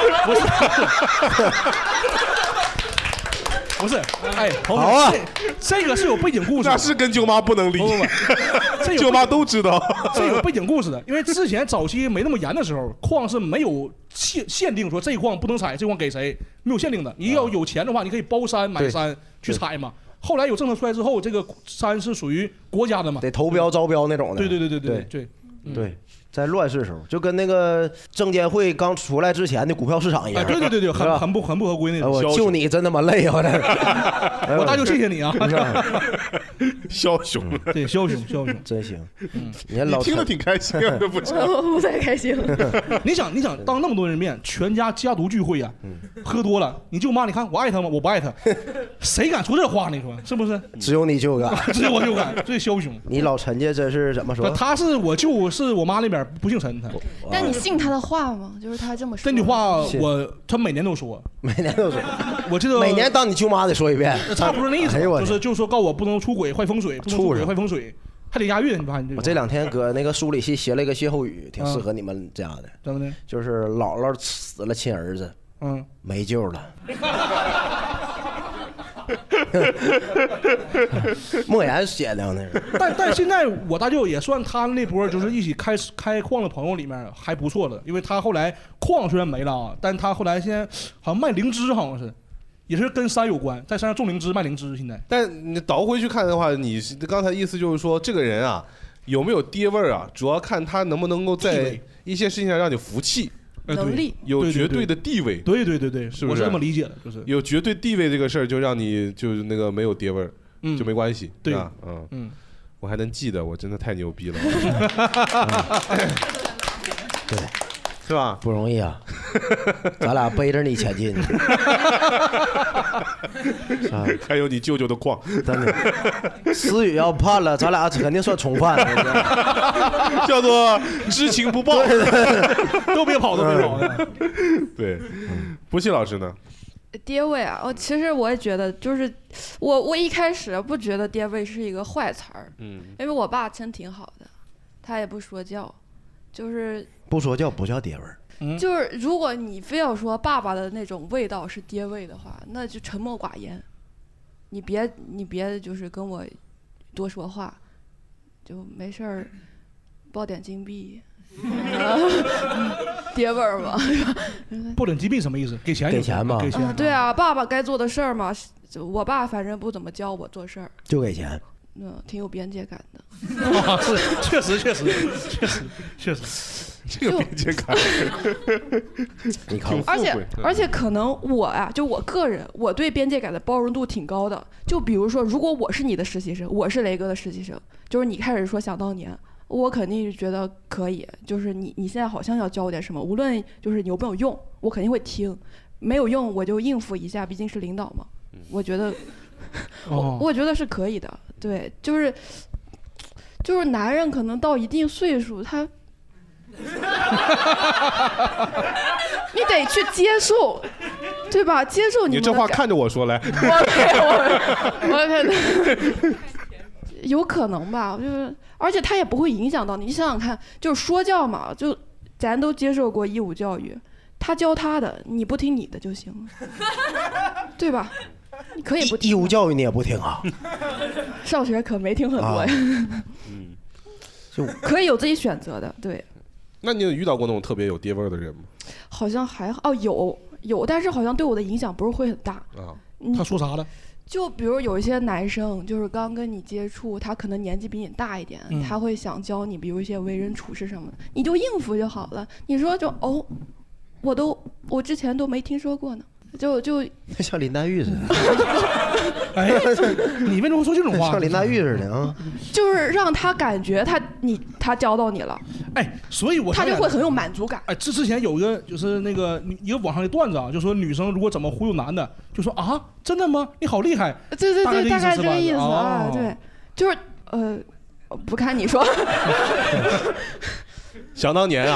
不是，哎， 好啊， 这个是有背景故事， 那是跟舅妈不能离， 这舅妈都知道， 这有背景故事的。因为之前早期没那么严的时候，矿是没有限定说这矿不能采，这矿给谁，没有限定的。你要有钱的话，你可以包山买山去采嘛。后来有政策出来之后，这个山是属于国家的嘛， 得投标招标那种的。 对， 在乱世时候，就跟那个证监会刚出来之前的股票市场一样。 对，很不合规那种。 我救你真他妈累啊！ 我大舅谢谢你啊， 枭雄， 对，枭雄， 真行。 你听得挺开心啊，这不是？ 我不太开心。 你想当那么多人面，全家族聚会呀，喝多了，你舅妈，你看我爱她吗？我不爱她，谁敢说这话呢？你说是不是？ 只有你就敢， 只有我就敢，最枭雄。 你老陈家这是怎么说？ 他是我舅，是我妈那边不姓陈，他。 但你信他的话吗？就是他这么说。 这句话他每年都说，我记得每年当你舅妈得说一遍， 差不多那意思，就是说告我不能出轨坏风水，不能出轨坏风水，还得押韵。你看我这2天搁那个书里写了一个歇后语，挺适合你们家的。 怎么的？ 就是姥姥死了亲儿子，没救了。莫言写的那是， 但现在我大舅也算他那波就是一起开矿的朋友里面还不错的，因为他后来矿虽然没了啊，但他后来现在好像卖灵芝，好像是，也是跟山有关，在山上种灵芝卖灵芝。现在， 但你倒回去看的话，你刚才意思就是说这个人啊有没有爹味儿啊，主要看他能不能够在一些事情上让你服气。 能力有绝对的地位， 对， 是不是？ 我是这么理解的，就是有绝对地位这个事儿，就让你就是那个没有爹味儿，就没关系， 对吧？我还能记得，我真的太牛逼了， 对， 是吧？ 不容易啊，咱俩背着你前进， 还有你舅舅的矿， 真的，思雨要判了，咱俩肯定算从犯， 叫做知情不报， 都别跑。 对，不信老师呢？ 爹味啊，其实我也觉得，就是我一开始不觉得爹味是一个坏词儿，因为我爸真挺好的，他也不说教，就是不说教不叫爹味儿。 就是如果你非要说爸爸的那种味道是爹味的话，那就沉默寡言，你别就是跟我多说话，就没事儿报点金币。爹味儿嘛， 报点金币什么意思？给钱嘛？ 给钱。 对啊，爸爸该做的事儿嘛，我爸反正不怎么教我做事儿， 就给钱。 挺有边界感的。 是，确实， 这个边界感。 你看， 而且可能我啊，就我个人，我对边界感的包容度挺高的。就比如说，如果我是你的实习生，我是雷哥的实习生，就是你开始说想当年。我肯定是觉得可以，就是你现在好像要教我点什么，无论就是有没有用，我肯定会听，没有用我就应付一下，毕竟是领导嘛。我觉得，我觉得是可以的。对，就是男人可能到一定岁数，他你得去接受，对吧？接受你这话看着我说来， 我看的。有可能吧，就是而且他也不会影响到你。你想想看，就是说教嘛，就咱都接受过义务教育，他教他的，你不听你的就行了，对吧？你可以不听。 义务教育你也不听啊？ 上学可没听很多呀。就可以有自己选择的，对。 那你有遇到过那种特别有爹味儿的人吗？ 好像还好，有，但是好像对我的影响不是会很大。 他说啥了？ 就比如有一些男生，就是刚跟你接触，他可能年纪比你大一点，他会想教你，比如一些为人处事什么的，你就应付就好了。你说我之前都没听说过呢，就像林黛玉似的。 哎，你为什么说这种话？ 像林黛玉似的啊。 就是让他感觉他教到你了， 哎，所以他就会很有满足感。 哎，之前有一个就是那个一个网上的段子啊，就说女生如果怎么忽悠男的，就说啊，真的吗？你好厉害。 对，大概这个意思啊。 对，就是不看你说。 想当年啊。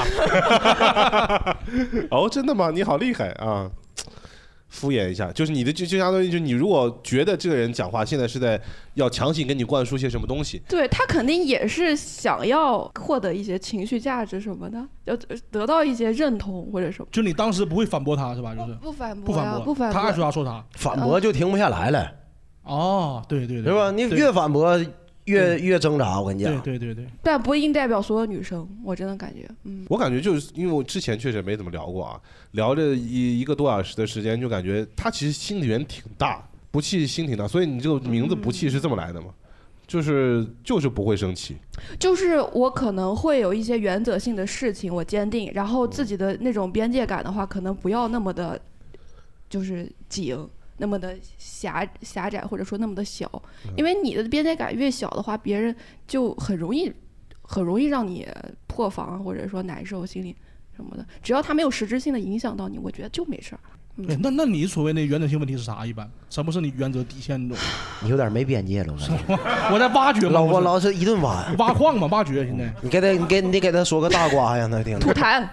哦，真的吗？你好厉害啊！敷衍一下，就是你的就相当于就你如果觉得这个人讲话现在是在要强行给你灌输些什么东西， 对他肯定也是想要获得一些情绪价值什么的，要得到一些认同或者什么。 就你当时不会反驳他是吧？就是不反驳， 他爱说啥说啥， 反驳就停不下来了。 哦，对， 是吧？你越反驳越挣扎，我跟你讲。 对。 但不应代表所有女生，我真的感觉， 我感觉就是因为我之前确实没怎么聊过啊，聊着一个多小时的时间，就感觉他其实心里面挺大，不气心挺大，所以你这个名字不气是这么来的吗？就是不会生气， 就是我可能会有一些原则性的事情我坚定，然后自己的那种边界感的话，可能不要那么的，就是紧。那么的狭窄，或者说那么的小，因为你的边界感越小的话，别人就很容易让你破防，或者说难受，心里什么的。只要他没有实质性的影响到你，我觉得就没事儿。 那你所谓的原则性问题是啥？一般什么是你原则底线那种？ 你有点没边界了， 我在挖掘， 我老是一顿挖矿嘛，挖掘现在。 你给他说个大瓜呀，那听。 吐痰。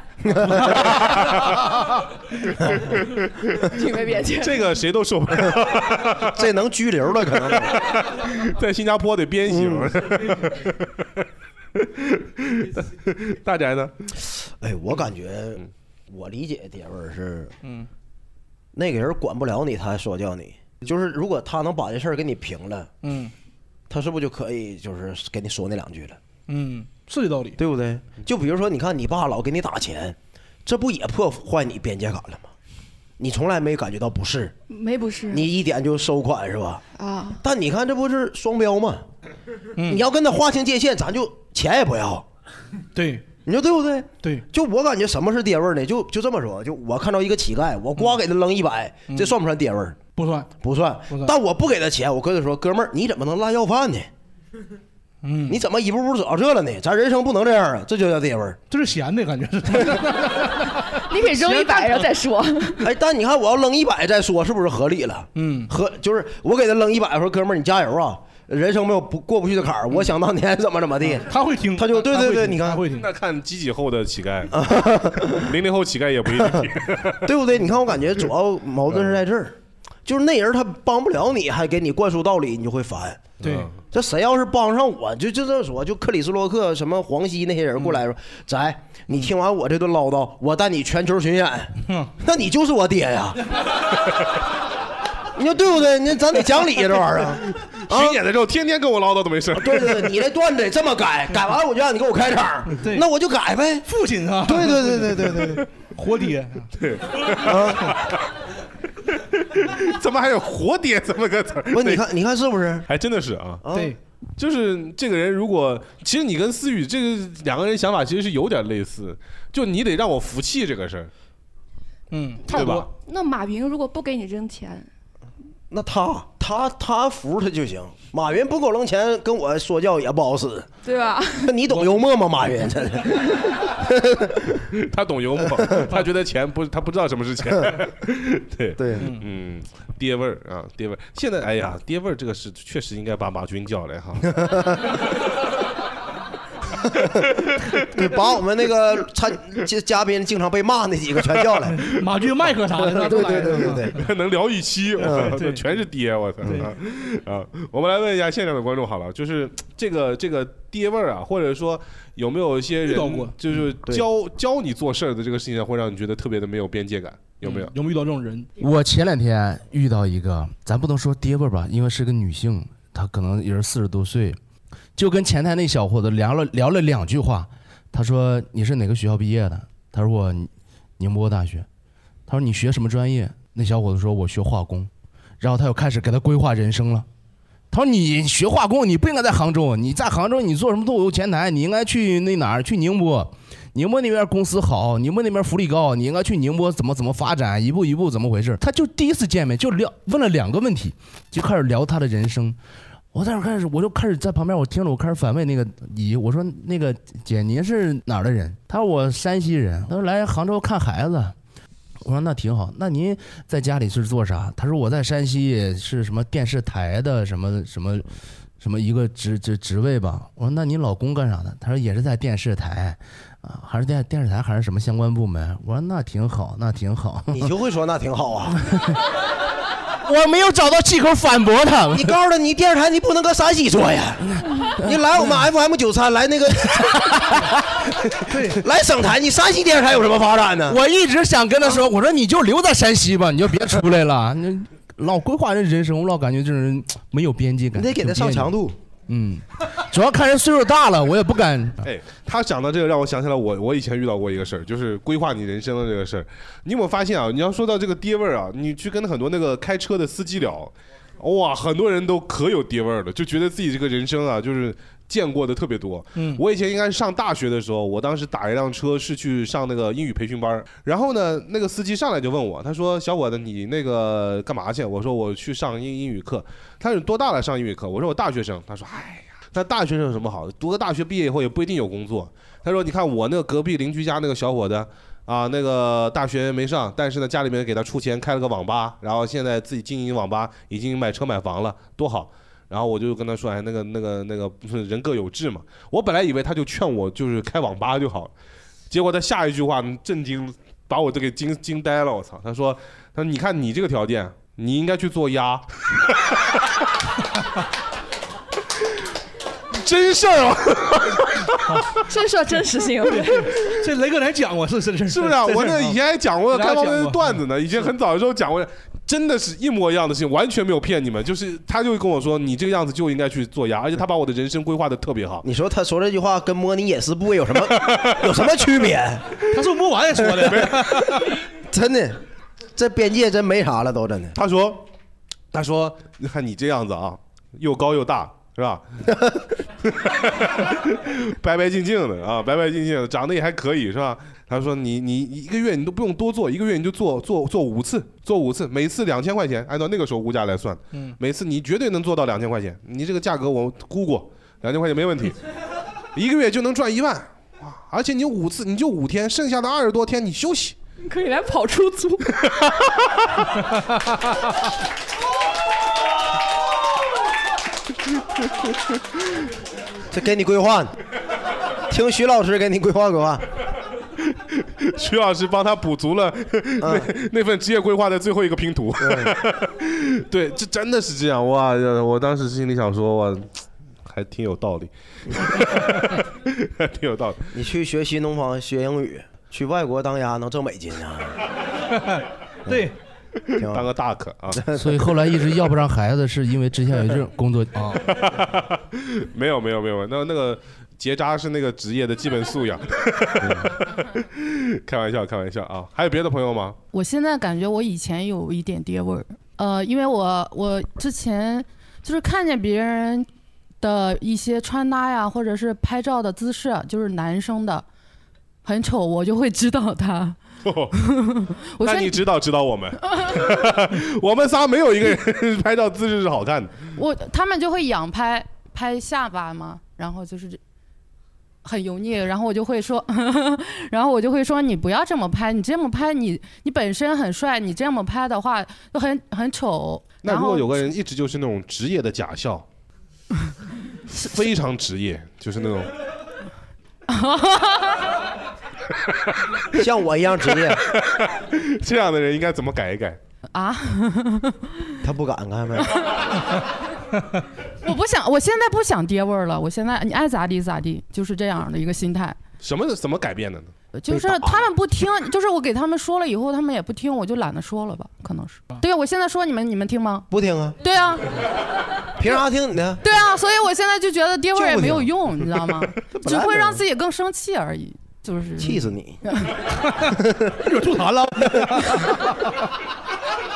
挺没边界。 这个谁都受不了， 这能拘留了可能。 在新加坡得鞭刑。大宅呢？ 哎，我感觉。我理解爹味儿是，那个人管不了你，他还说教你。就是如果他能把这事儿给你平了，他是不是就可以就是给你说那两句了？ 是这道理， 对不对？就比如说，你看你爸老给你打钱，这不也破坏你边界感了吗？你从来没感觉到不适， 没不适， 你一点就收款是吧？ 啊！ 但你看这不是双标吗？你要跟他划清界限，咱就钱也不要。 对。 你说对不对？ 对， 就我感觉什么是爹味儿呢？就这么说，就我看到一个乞丐，我呱给他扔100，这算不算爹味儿？ 不算。 但我不给他钱，我跟他说，哥们儿，你怎么能烂要饭呢？你怎么一步步走到这了呢？咱人生不能这样啊，这就叫爹味儿。 这是闲的感觉是。 你给扔100然后再说。 哎，但你看我要扔100再说，是不是合理了？就是我给他扔100，说哥们儿你加油啊。人生没有过不去的坎儿，我想当年怎么地， 他会听， 他就对，你看会听。 那看几几后的乞丐，00后乞丐也不一定听， 对不对？你看我感觉主要矛盾是在这儿，就是那人他帮不了你，还给你灌输道理，你就会烦。 对， 这谁要是帮上我，就这么说，就克里斯洛克什么黄西那些人过来说，仔，你听完我这顿唠叨，我带你全球巡演，那你就是我爹呀。你说对不对？你咱得讲理呀，这玩意儿。 巡演的时候天天跟我唠叨都没事。 对，你这段子这么改完我就让你给我开场，那我就改呗。 父亲啊， 对， 活爹， 对啊，怎么还有活爹这么个词儿？ 不，你看是不是？ 还真的是啊。 对， 就是这个人，如果其实你跟思雨这个两个人想法其实是有点类似，就你得让我服气这个事儿， 差不多。 那马云如果不给你扔钱？ 那他服他就行。马云不给我扔钱，跟我说教也不好使， 对吧？ 你懂幽默吗？马云真的， 他懂幽默，他觉得钱不，他不知道什么是钱。对，爹味儿啊，爹味儿。现在哎呀，爹味儿这个是确实应该把马军叫来哈。 对，把我们那个嘉宾经常被骂那几个全叫来， 马军、麦克啥的， 对， 能聊一期，全是爹，我操啊！我们来问一下现场的观众好了，就是这个爹味儿啊，或者说有没有一些人就是教你做事儿的这个事情，会让你觉得特别的没有边界感？有没有？ 有没有遇到这种人？ 我前2天遇到一个，咱不能说爹味儿吧，因为是个女性，她可能也是40多岁。就跟前台那小伙子聊了2句话，他说你是哪个学校毕业的？他说我宁波大学。他说你学什么专业？那小伙子说我学化工。 然后他又开始给他规划人生了。他说你学化工你不应该在杭州，你在杭州你做什么都有前台，你应该去那哪儿，去宁波。宁波那边公司好，宁波那边福利高，你应该去宁波怎么发展，一步一步怎么回事。他就第一次见面就问了2个问题，就开始聊他的人生。我就开始在旁边，我听着，我开始反问那个姨，我说那个姐您是哪儿的人？她说我山西人。她说来杭州看孩子。我说那挺好，那您在家里是做啥？她说我在山西是什么电视台的什么一个职位吧。我说那您老公干啥的？她说也是在电视台。还是电视台还是什么相关部门？我说那挺好，那挺好。 你就会说那挺好啊？ 我没有找到借口反驳他。 你告诉他，你电视台你不能搁山西做呀，你来我们 FM93来那个，对，来省台，你山西电视台有什么发展呢？ 我一直想跟他说，我说你就留在山西吧，你就别出来了。你老规划人生，我老感觉这人没有边界感。 你得给他上强度。 主要看人岁数大了，我也不敢。 哎，他讲到这个让我想起来我以前遇到过一个事儿，就是规划你人生的这个事儿。你有没有发现啊？你要说到这个爹味儿啊，你去跟很多那个开车的司机聊，哇，很多人都可有爹味儿的，就觉得自己这个人生啊，就是见过的特别多。我以前应该是上大学的时候，我当时打一辆车是去上那个英语培训班，然后呢，那个司机上来就问我，他说：“小伙子，你那个干嘛去？”我说：“我去上英语课。”他说：“多大了上英语课？”我说：“我大学生。”他说：“哎呀，那大学生有什么好的？读个大学毕业以后也不一定有工作。”他说：“你看我那个隔壁邻居家那个小伙子啊，那个大学没上，但是呢家里面给他出钱开了个网吧，然后现在自己经营网吧，已经买车买房了，多好。”然后我就跟他说：“哎，那个人各有志嘛。”我本来以为他就劝我就是开网吧就好，结果他下一句话震惊，把我这给惊呆了。我操！他说你看你这个条件，你应该去做鸭。真事儿啊！ 真事儿真实性。 这雷哥咱讲过是不是啊？我那以前还讲过开放的段子呢，以前很早的时候讲过。真的是一模一样的事情，完全没有骗你们。就是他就跟我说，你这个样子就应该去做鸭，而且他把我的人生规划的特别好。 你说他说这句话跟摸你隐私部位有什么区别？ 他是摸完也说的。 真的，这边界真没啥了，都真的。 他说，你看你这样子啊，又高又大，是吧？白白净净的啊，白白净净的，长得也还可以，是吧？他说你一个月你都不用多做，一个月你就做5次，做5次，每次2000块钱，按照那个时候物价来算，每次你绝对能做到2000块钱，你这个价格我估过，2000块钱没问题，一个月就能赚1万，哇！而且你5次，你就5天，剩下的20多天你休息， 可以来跑出租。 这给你规划，听徐老师给你规划规划。 徐老师帮他补足了那份职业规划的最后一个拼图。对，这真的是这样哇！我当时心里想说，哇，还挺有道理，还挺有道理。 你去学新东方学英语，去外国当鸭能挣美金啊？ 对。 当个大可啊， 所以后来一直要不上孩子，是因为之前有一阵工作啊。 没有，那个结扎是那个职业的基本素养。开玩笑啊！还有别的朋友吗？ 我现在感觉我以前有一点爹味儿，因为我之前就是看见别人的一些穿搭呀，或者是拍照的姿势，就是男生的很丑，我就会知道他。 那你指导我们，我们仨没有一个人拍照姿势是好看的。 他们就会仰拍下巴嘛，然后就是很油腻，然后我就会说，你不要这么拍，你这么拍你本身很帅，你这么拍的话就很丑。 那如果有个人一直就是那种职业的假笑，非常职业，就是那种。 像我一样职业， 这样的人应该怎么改一改啊？ 他不敢，看没有？ 我现在不想爹味儿了，我现在你爱咋地咋地，就是这样的一个心态。 怎么改变的呢？ 就是他们不听，就是我给他们说了以后，他们也不听，我就懒得说了吧，可能是。对啊，我现在说你们听吗？ 不听啊。 对啊。 凭啥听你的？ 对啊，所以我现在就觉得爹味儿也没有用，你知道吗？只会让自己更生气而已。就是气死你！ 有吐痰了。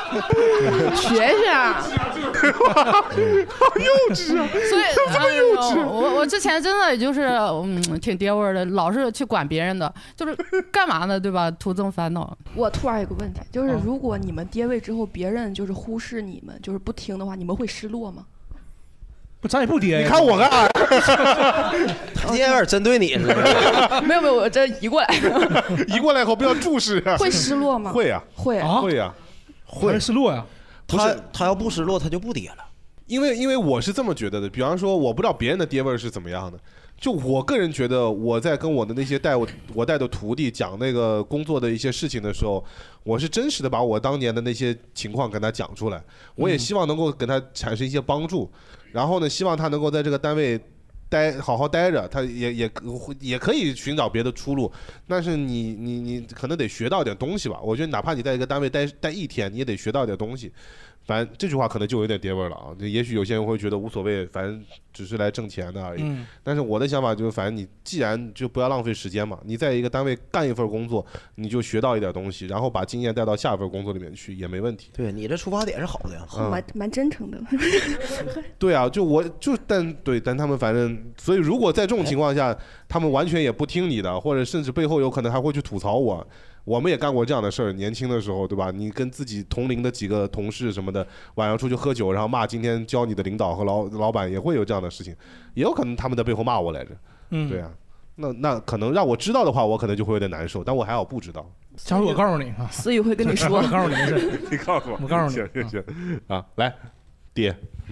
学学啊， 好幼稚啊！ 所以这么幼稚。 我之前真的也就是挺爹味儿的，老是去管别人的，就是干嘛呢，对吧？徒增烦恼。 我突然有个问题，就是如果你们爹位之后，别人就是忽视你们，就是不听的话，你们会失落吗？ 不，咱也不爹呀。 你看我干啥？ 他爹有点针对你似的。 没有，我这移过来。 移过来以后不要注视啊。 会失落吗？ 会啊， 会啊， 会啊， 会失落呀。 他要不失落，他就不爹了。 因为我是这么觉得的，比方说，我不知道别人的爹味是怎么样的。就我个人觉得，我在跟我的那些我带的徒弟讲那个工作的一些事情的时候，我是真实的把我当年的那些情况跟他讲出来。我也希望能够跟他产生一些帮助，然后呢，希望他能够在这个单位好好待着，他也可以寻找别的出路。但是你可能得学到点东西吧。我觉得哪怕你在一个单位待一天，你也得学到点东西。反正这句话可能就有点爹味了啊！也许有些人会觉得无所谓，反正只是来挣钱的而已。但是我的想法就是，反正你既然就不要浪费时间嘛，你在一个单位干一份工作，你就学到一点东西，然后把经验带到下一份工作里面去也没问题。 对你这出发点是好的呀， 蛮真诚的。 对啊，但他们反正，所以如果在这种情况下，他们完全也不听你的，或者甚至背后有可能还会去吐槽我。我们也干过这样的事儿，年轻的时候，对吧？你跟自己同龄的几个同事什么的，晚上出去喝酒，然后骂今天教你的领导和老板，也会有这样的事情，也有可能他们在背后骂我来着。对啊，那可能让我知道的话，我可能就会有点难受，但我还好不知道。 下回我告诉你啊， 思雨会跟你说。 我告诉你没事， 你告诉我， 我告诉你。 行啊，来，爹。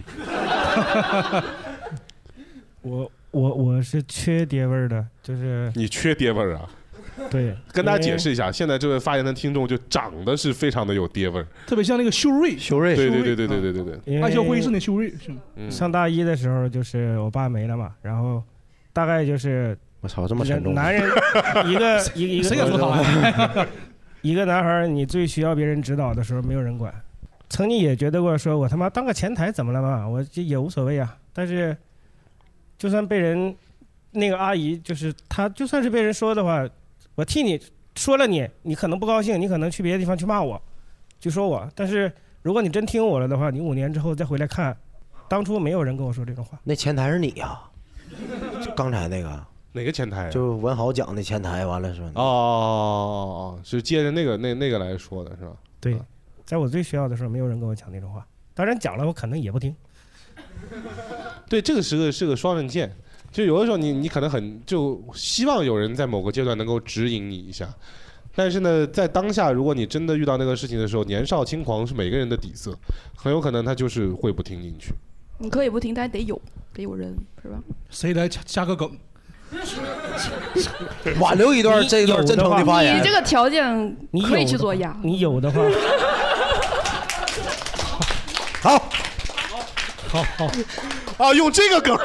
我是缺爹味儿的，就是你缺爹味儿啊？ 对， 跟大家解释一下，现在这位发言的听众就长得是非常的有爹味儿， 特别像那个修睿， 对， 爱笑会议室那修睿。 上大一的时候，就是我爸没了嘛，然后大概就是我操，这么沉重。 男人一个谁敢说他？ 一个男孩，你最需要别人指导的时候，没有人管。曾经也觉得过，说我他妈当个前台怎么了嘛，我这也无所谓啊。但是，就算被人那个阿姨，就是她，就算是被人说的话。我替你说了你可能不高兴，你可能去别的地方去骂我，就说我。但是如果你真听我了的话，你5年之后再回来看，当初没有人跟我说这种话。 那前台是你呀？就刚才那个哪个前台？ 就文豪讲的前台，完了是吧？ 哦，是接着那个来说的是吧？ 对，在我最需要的时候，没有人跟我讲那种话。当然讲了，我可能也不听。 对，这个是个双刃剑。就有的时候你可能就希望有人在某个阶段能够指引你一下，但是呢，在当下如果你真的遇到那个事情的时候，年少轻狂是每个人的底色，很有可能他就是会不听进去。 你可以不听，但得有人，是吧？ 谁来加个梗？ 挽留一段这一段真诚的发言。 你这个条件可以去做鸭。 你有的话， 好，啊，用这个梗。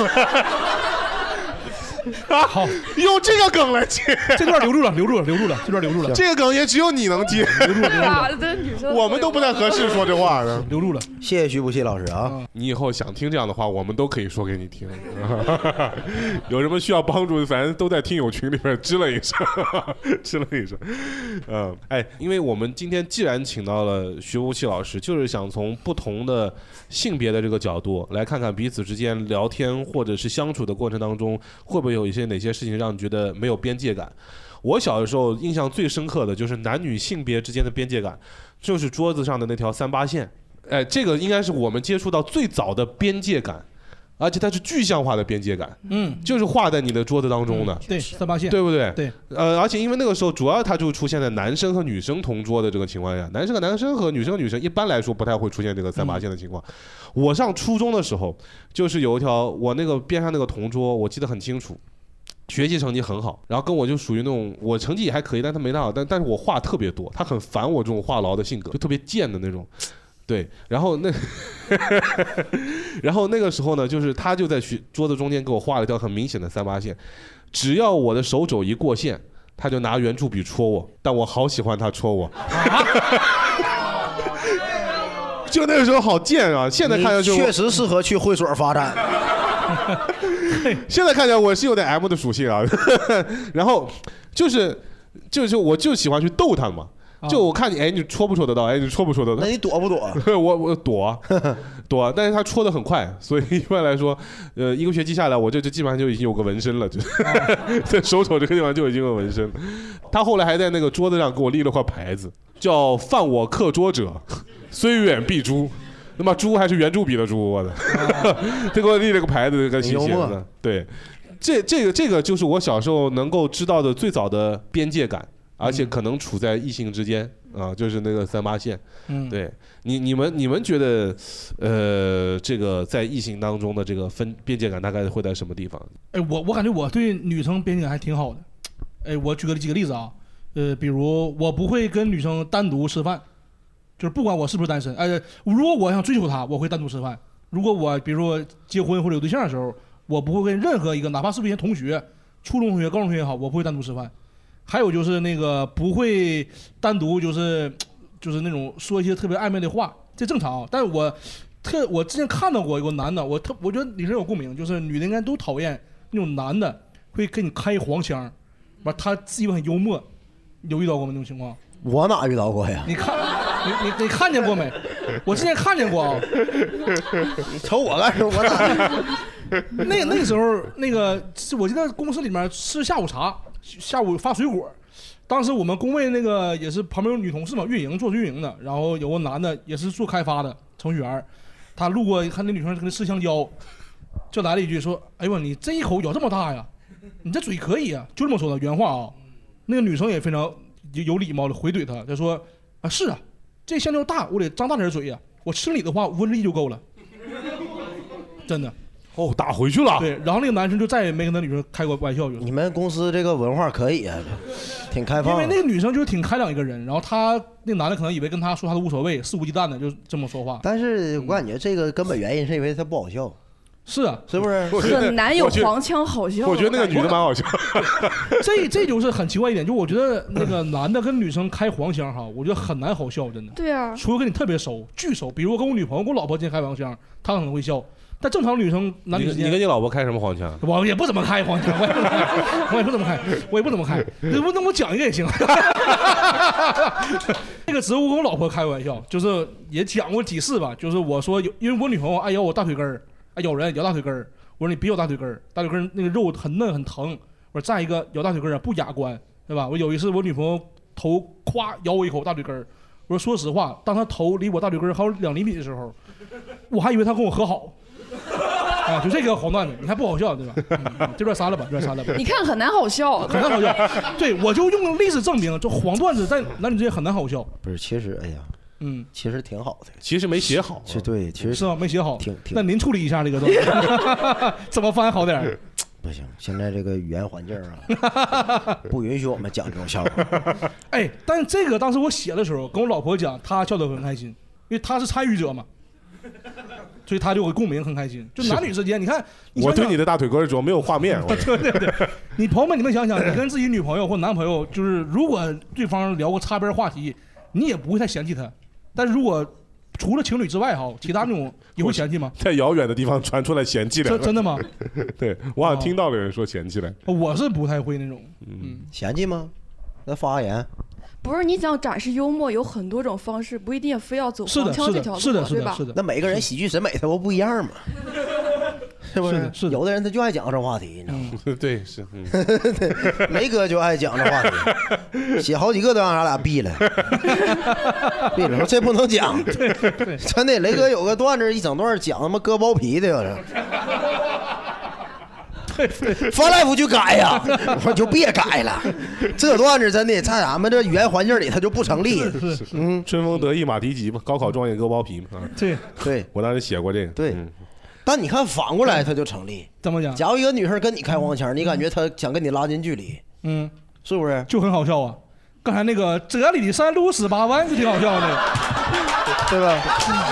好，用这个梗来接， 这段留住了，这段留住了。 这个梗也只有你能接， 留住了。 我们都不太合适说这话的， 留住了。 谢谢徐步器老师啊！ 你以后想听这样的话，我们都可以说给你听。有什么需要帮助，反正都在听友群里面吱了一声。因为我们今天既然请到了徐步器老师，就是想从不同的性别的这个角度来看看彼此之间聊天或者是相处的过程当中，会不会有哪些事情让你觉得没有边界感。我小的时候印象最深刻的就是男女性别之间的边界感，就是桌子上的那条3/8线。这个应该是我们接触到最早的边界感，而且它是具象化的边界感，就是画在你的桌子当中的， 对，3/8线， 对不对？ 对， 而且因为那个时候主要它就出现在男生和女生同桌的这个情况下，男生和男生和女生和女生一般来说不太会出现这个3/8线的情况。我上初中的时候，就是有一条我那个边上那个同桌，我记得很清楚。学习成绩很好，然后跟我就属于那种我成绩也还可以，但他没那好，但是我话特别多，他很烦我这种话痨的性格，就特别贱的那种。对，然后那个时候呢，就是他就在桌子中间给我画了一条很明显的3/8线，只要我的手肘一过线，他就拿圆珠笔戳我，但我好喜欢他戳我。就那个时候好贱啊！现在看上去确实适合去会所发展。 现在看起来我是有点 M 的属性啊，然后就是我就喜欢去逗他嘛， 就我看你，哎，你戳不戳得到？哎，你戳不戳得到？ 那你躲不躲？ 我躲，但是他戳得很快，所以一般来说，一个学期下来，我这基本上就已经有个纹身了，就在手肘这个地方就已经有纹身。他后来还在那个桌子上给我立了块牌子，叫“犯我课桌者，虽远必诛”。那么猪还是圆珠笔的猪，我的，他给我立了个牌子跟写的，对，这个就是我小时候能够知道的最早的边界感，而且可能处在异性之间啊，就是那个38线。对，你们觉得，这个在异性当中的这个边界感大概会在什么地方？ 哎，我感觉我对女生边界感还挺好的。哎，我举几个例子啊，比如我不会跟女生单独吃饭。就是不管我是不是单身，如果我想追求她，我会单独吃饭。如果我比如说结婚或者有对象的时候，我不会跟任何一个，哪怕是不是同学，初中同学、高中同学也好，我不会单独吃饭。还有就是那个不会单独就是那种说一些特别暧昧的话，这正常。但是我之前看到过一个男的，我觉得女生有共鸣，就是女的应该都讨厌那种男的会给你开黄腔，完他自己又很幽默，有遇到过吗那种情况？ 我哪遇到过呀？ 你看见过没？我之前看见过啊。 你瞅我干什么？我哪？ 那个时候，那个我记得公司里面吃下午茶，下午发水果。当时我们工位那个也是旁边有女同事嘛，做运营的，然后有个男的也是做开发的程序员，他路过看那女生跟他吃香蕉，就来了一句说：“哎呦，你这一口咬这么大呀，你这嘴可以啊！”就这么说的原话啊。那个女生也非常有礼貌的回怼他，他说：“啊，是啊，这香蕉大，我得张大点嘴呀。我吃你的话，5分之1就够了。”真的。 哦，打回去了。 对，然后那个男生就再也没跟那女生开过玩笑。 你们公司这个文化可以啊，挺开放。 因为那个女生就是挺开朗一个人，然后那男的可能以为跟他说他都无所谓，肆无忌惮的就这么说话。 但是我感觉这个根本原因是因为他不好笑。 是啊， 是不是？ 很难有黄腔好笑。 我觉得那个女的蛮好笑。 这就是很奇怪一点，就我觉得那个男的跟女生开黄腔哈，我觉得很难好笑，真的。 对啊。 除非跟你特别熟、巨熟，比如我跟我女朋友、跟我老婆之间开黄腔，她可能会笑。但正常女生男女之间， 你跟你老婆开什么黄腔？ 我也不怎么开黄腔，我也不怎么开。那我讲一个也行。那个职务跟我老婆开玩笑，就是也讲过几次吧，就是我说因为我女朋友爱咬我大腿根儿，咬人咬大腿根儿，我说你别咬大腿根儿，大腿根儿那个肉很嫩很疼。我说再一个咬大腿根儿不雅观，对吧？我有一次我女朋友头咵咬我一口大腿根儿，我说说实话，当她头离我大腿根儿还有2厘米的时候，我还以为她跟我和好。啊，就这个黄段子，你还不好笑对吧？这段删了吧， 你看很难好笑， 很难好笑。对，我就用历史证明，这黄段子在男女之间很难好笑。 不是，其实哎呀，其实挺好的。 其实没写好， 对，其实是吗？没写好。 挺。 那您处理一下这个段子，怎么翻好点？ 不行，现在这个语言环境啊，不允许我们讲这种笑话。 哎，但是这个当时我写的时候，跟我老婆讲，她笑得很开心，因为她是参与者嘛。所以他就会共鸣，很开心。就男女之间，你看， 我对你的大腿根主要没有画面。 对，你朋友们，你们想想，你跟自己女朋友或男朋友，就是如果对方聊个擦边话题，你也不会太嫌弃他。但是如果除了情侣之外哈，其他那种你会嫌弃吗？ 在遥远的地方传出来嫌弃的， 真的吗？ 对，我好像听到有人说嫌弃来。 我是不太会那种， 嫌弃吗？那发个言。 不是，你想展示幽默有很多种方式，不一定非要走黄腔这条路，对吧？ 那每个人喜剧审美他不一样嘛，是不是？有的人他就爱讲这话题，你知道吗？ 对，是。 雷哥就爱讲这话题，写好几个都让咱俩毙了，说这不能讲。真的，雷哥有个段子，一整段讲他妈割包皮的，翻来覆去改呀，我说就别改了，这段子真的在咱们这语言环境里它就不成立。 春风得意马蹄疾嘛，高考状元割包皮嘛。 对， 我当时写过这个。 对，但你看反过来它就成立。 怎么讲？ 假如一个女生跟你开黄腔，你感觉她想跟你拉近距离，是不是？ 就很好笑啊。刚才那个这里的山路18弯就挺好笑的， 对吧？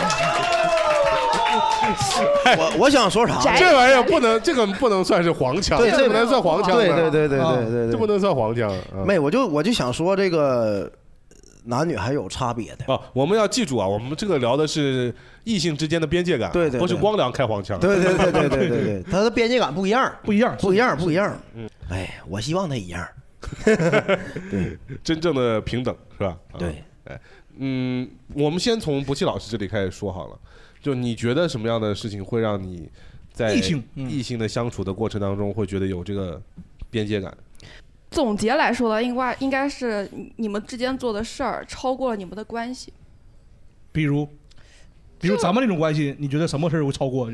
我想说啥？ 这玩意儿不能，这个不能算是黄腔， 对， 这不能算黄腔。 对， 这不能算黄腔。 没，我就想说这个男女还有差别的啊。我们要记住啊，我们这个聊的是异性之间的边界感， 对， 不是光聊开黄腔。 对，他的边界感不一样。 哎， 我希望他一样。 对， 真正的平等是吧？ 对， 我们先从博奇老师这里开始说好了。就你觉得什么样的事情会让你在异性的相处的过程当中会觉得有这个边界感？ 总结来说的，应该是你们之间做的事儿超过了你们的关系。 比如咱们这种关系，你觉得什么事儿会超过？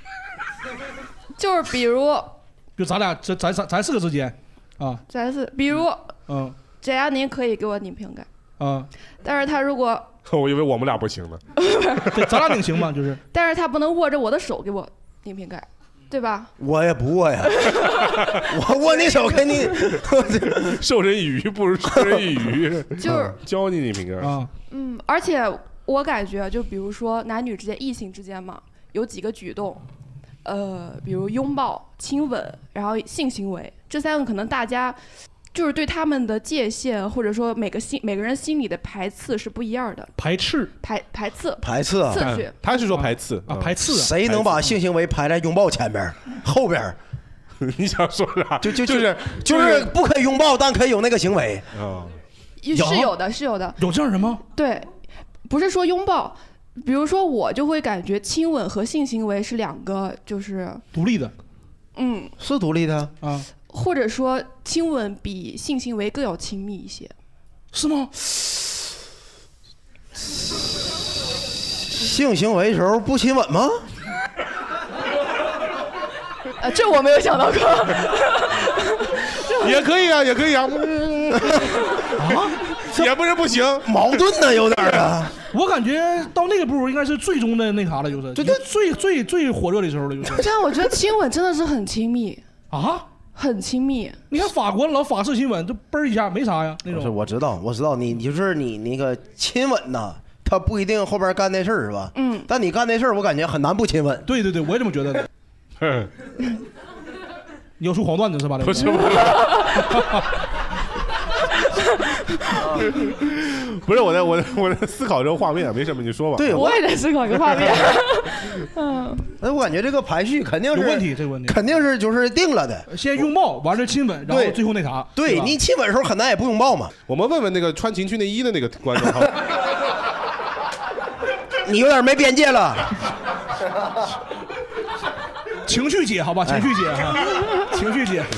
就是比如咱俩咱四个之间啊， 比如翟佳宁可以给我拧瓶盖啊， 但是他如果我以为我们俩不行呢， 对，咱俩拧行吗？ 但是他不能握着我的手给我拧瓶盖，对吧？ 我也不握呀，我握你手给你， 授人以鱼不如授人以渔， 就是教你拧瓶盖啊。 而且我感觉，就比如说男女之间、异性之间嘛，有几个举动，比如拥抱、亲吻，然后性行为，这三个可能大家就是对他们的界限，或者说每个人心里的排斥是不一样的。 排斥啊！ 次序， 他是说排斥啊，排斥。 谁能把性行为排在拥抱前边、后边？ 你想说啥？ 就是不可以拥抱，但可以有那个行为啊。 是有的，是有的。 有这样人吗？ 对，不是说拥抱。比如说，我就会感觉亲吻和性行为是两个，就是独立的。 是独立的啊。 或者说，亲吻比性行为更要亲密一些， 是吗？ 性行为时候不亲吻吗？ 这我没有想到过。 也可以啊，也可以啊。也不是不行， 矛盾呢，有点啊。 我感觉到那个步应该是最终的那啥了，最火热的时候了， 这样我觉得亲吻真的是很亲密啊。 很亲密， 你看法国老法式亲吻，就嘣一下没啥呀那种。 不是，我知道，你就是你那个亲吻呐，他不一定后边干那事儿是吧？但你干那事儿，我感觉很难不亲吻。 对，我也这么觉得的。你要出黄段子是吧？ 不是。不是我在思考这个画面，没什么，你说吧。 对， 我也在思考这个画面。 我感觉这个排序肯定是有问题，这个问题肯定是就是定了的。 先拥抱，完了亲吻，然后最后那啥。 对，你亲吻的时候很难也不拥抱嘛。 我们问问那个穿情趣内衣的那个观众， 你有点没边界了。 情绪姐，好吧，情绪姐哈，情绪姐。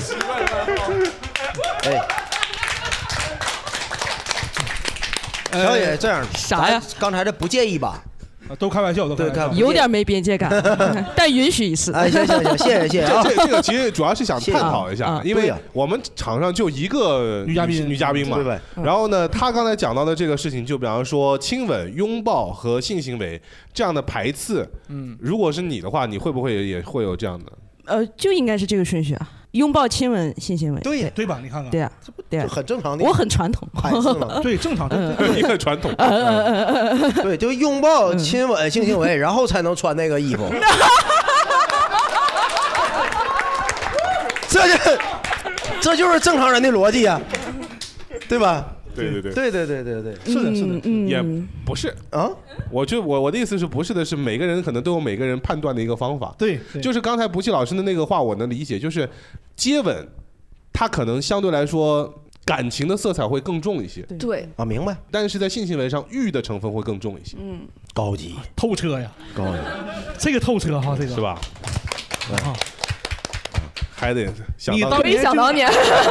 小姐这样啥呀？ 刚才这不介意吧？ 都开玩笑，都开玩笑， 有点没边界感，但允许一次。 哎，行，谢谢啊。 这个其实主要是想探讨一下，因为我们场上就一个女嘉宾嘛， 对。 然后呢，她刚才讲到的这个事情，就比方说亲吻、拥抱和性行为这样的排斥，如果是你的话，你会不会也会有这样的？ 就应该是这个顺序啊。拥抱、亲吻、性行为， 对吧？你看看， 对啊，对啊， 很正常的。 我很传统， 对，正常， 你很传统， 对，就拥抱、亲吻、性行为，然后才能穿那个衣服。这就是正常人的逻辑啊，对吧？ 对， 是的， 也不是啊。我的意思是不是的，是每个人可能都有每个人判断的一个方法。 对， 就是刚才博奇老师的那个话，我能理解，就是接吻，它可能相对来说感情的色彩会更重一些。 对啊，明白。 但是在性行为上，欲的成分会更重一些。 高级， 透彻呀， 高级， 这个透彻哈，这个是吧？还得想当年，想当年，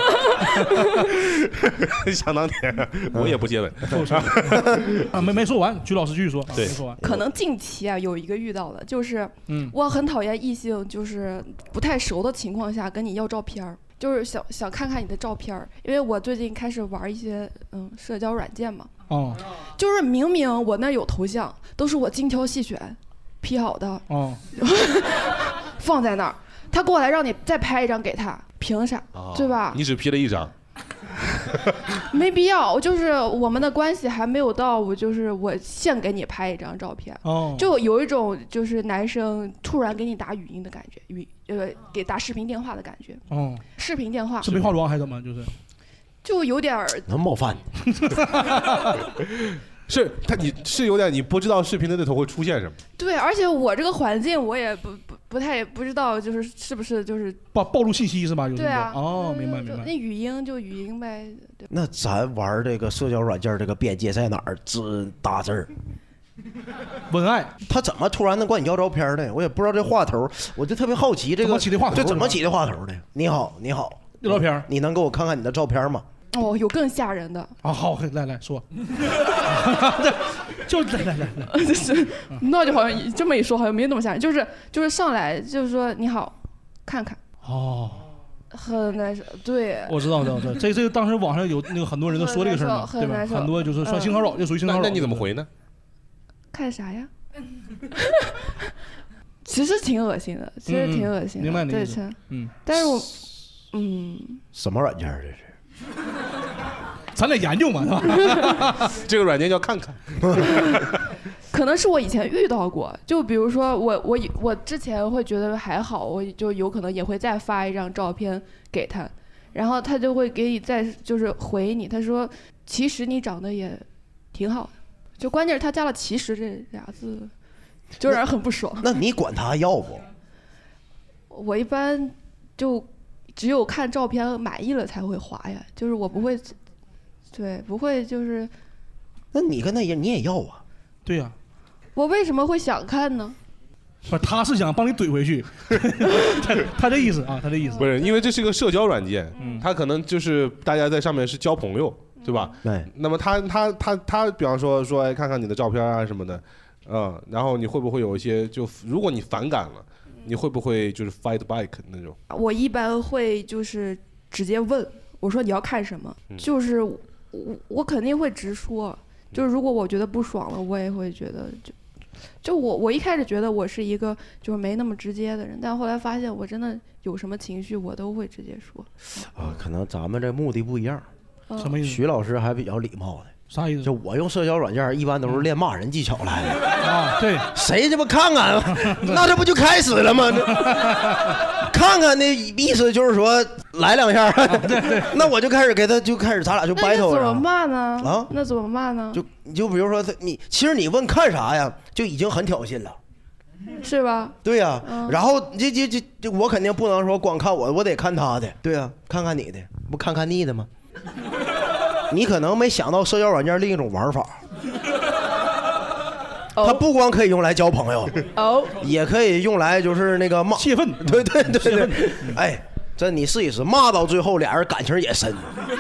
想当年，我也不接吻。 啊，没说完，曲老师继续说。 对， 没说完。 可能近期啊有一个遇到的，就是我很讨厌异性，就是不太熟的情况下跟你要照片儿，就是想看看你的照片儿，因为我最近开始玩一些社交软件嘛。就是明明我那有头像，都是我精挑细选 P 好的，放在那儿。他过来让你再拍一张给他，凭啥？对吧？ 你只 P 了一张， 没必要。就是我们的关系还没有到，我现给你拍一张照片，就有一种就是男生突然给你打语音的感觉，给打视频电话的感觉。视频电话， 是没化妆还是怎么？ 就有点能冒犯。 你是有点你不知道视频的那头会出现什么。 对，而且我这个环境我也不知道，就是是不是就是暴露信息是吧？ 对啊， 哦，明白。 那语音就语音呗。 那咱玩这个社交软件，这个边界在哪儿？只打字儿。 文案， 他怎么突然能管你要照片的？我也不知道这话头，我就特别好奇这个怎么起的话头？ 这怎么起的话头的？你好，你好， 要照片？ 你能给我看看你的照片吗？ 哦，有更吓人的啊！好，来说，就来， 就是那就好像这么一说，好像没那么吓人，就是上来就是说你好，看看哦， 很难受，对， 我知道，这当时网上有那个很多人都说这个事儿嘛，对吧？很多就是算性骚扰，就属于性骚扰。 那你怎么回呢？ 看啥呀？其实挺恶心的， 明白你的意思，但是我， 什么软件这是？ 咱得研究嘛，是吧？ 这个软件叫看看。 可能是我以前遇到过，就比如说我之前会觉得还好，我就有可能也会再发一张照片给他，然后他就会给你再就是回你，他说其实你长得也挺好的，就关键是他加了其实这俩字，就让人很不爽。 那你管他要不？ 我一般就只有看照片满意了才会滑呀，就是我不会，对，不会就是。 那你跟那人你也要啊？ 对呀。 我为什么会想看呢？ 不，他是想帮你怼回去，他这意思啊，他这意思不是，因为这是个社交软件，他可能就是大家在上面是交朋友，对吧？ 对。 那么他，比方说哎，看看你的照片啊什么的，然后你会不会有一些就如果你反感了，你会不会就是 fight back 那种？ 我一般会就是直接问，我说你要看什么，就是我肯定会直说，就是如果我觉得不爽了，我也会觉得就我一开始觉得我是一个就是没那么直接的人，但后来发现我真的有什么情绪我都会直接说。 可能咱们这目的不一样。 什么意思？ 徐老师还比较礼貌的。 啥意思？ 就我用社交软件一般都是练骂人技巧来的啊，对， 谁这不看看，那这不就开始了吗？看看的意思就是说来两下， 对， 那我就开始给他就开始咱俩就 battle 了。 怎么骂呢？ 啊， 那怎么骂呢？ 就比如说其实你问看啥呀，就已经很挑衅了。 是吧？ 对呀，然后这我肯定不能说光看我得看他的，对呀，看看你的，不看看你的吗？你可能没想到社交软件另一种玩法，它不光可以用来交朋友，也可以用来就是那个骂泄愤， 对，哎，这你试一试，骂到最后俩人感情也深。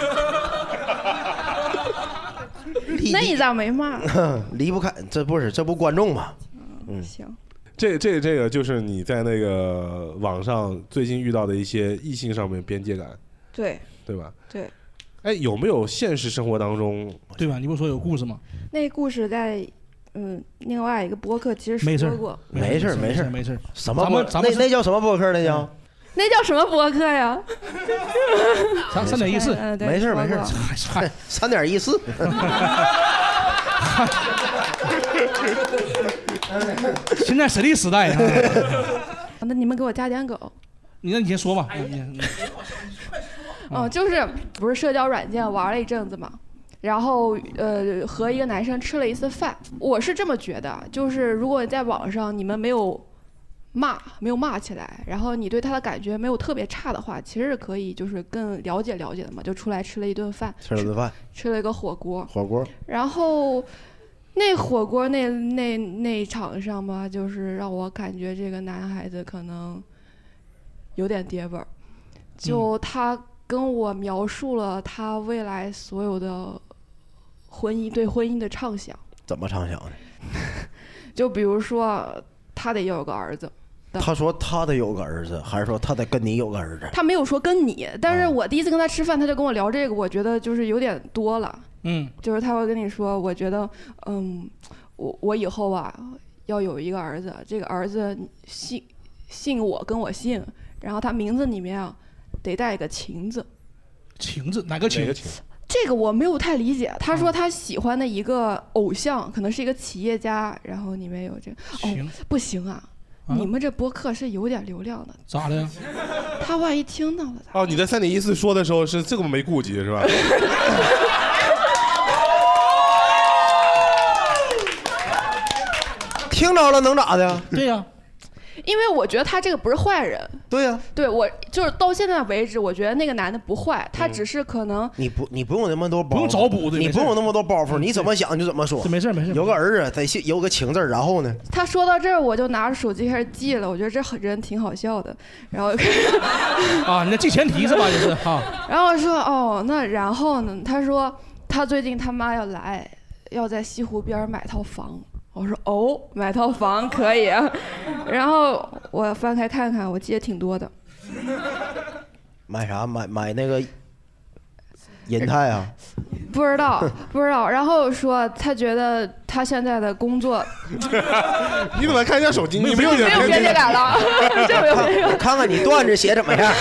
那你咋没骂？ 离不开，这不观众吗？ 行。 这个就是你在那个网上最近遇到的一些异性上面边界感，对吧？ 对。 哎，有没有现实生活当中， 对吧？你不说有故事吗？ 那故事在另外一个播客其实说过。 没事。什么播？那叫什么播客？那叫什么播客呀 ？3.14。 没事。3.14。 现在谁的时代啊？ 那你们给我加点梗。 那你先说吧。 就是不是社交软件玩了一阵子嘛，然后和一个男生吃了一次饭。我是这么觉得，就是如果在网上你们没有骂起来，然后你对他的感觉没有特别差的话，其实是可以就是更了解的嘛，就出来吃了一顿饭，吃了一个火锅，然后那火锅那场上吧，就是让我感觉这个男孩子可能有点爹味儿，就他跟我描述了他未来所有的对婚姻的畅想。 怎么畅想的？ 就比如说他得有个儿子。 他说他得有个儿子，还是说他得跟你有个儿子？ 他没有说跟你，但是我第一次跟他吃饭，他就跟我聊这个，我觉得就是有点多了。就是他会跟你说，我觉得我以后啊要有一个儿子，这个儿子姓我跟我姓，然后他名字里面啊得带个情字。 情字哪个情？ 这个我没有太理解。他说他喜欢的一个偶像可能是一个企业家，然后里面有这个。不行啊，你们这播客是有点流量的。 咋的呀？ 他万一听到了。 你在3.14说的时候是这个没顾及是吧？ 听着了能咋的？ 对呀。 因为我觉得他这个不是坏人。 对呀， 对我就是到现在为止，我觉得那个男的不坏，他只是可能你不用那么多包袱， 不用找补的， 你不用那么多包袱，你怎么想就怎么说。 没事没事， 有个儿子得有个情字，然后呢？ 他说到这儿，我就拿着手机开始记了，我觉得这人挺好笑的，然后啊，你在记前提是吧？就是啊。 然后说哦，那然后呢？他说他最近他妈要在西湖边买套房。我说哦，买套房可以啊。然后我翻开看看，我记得挺多的。 买啥？买那个银泰啊？ 不知道。然后说他觉得他现在的工作， 你怎么看一下手机？你没有边界感了，这没有边界感。 我看看你段子写怎么样。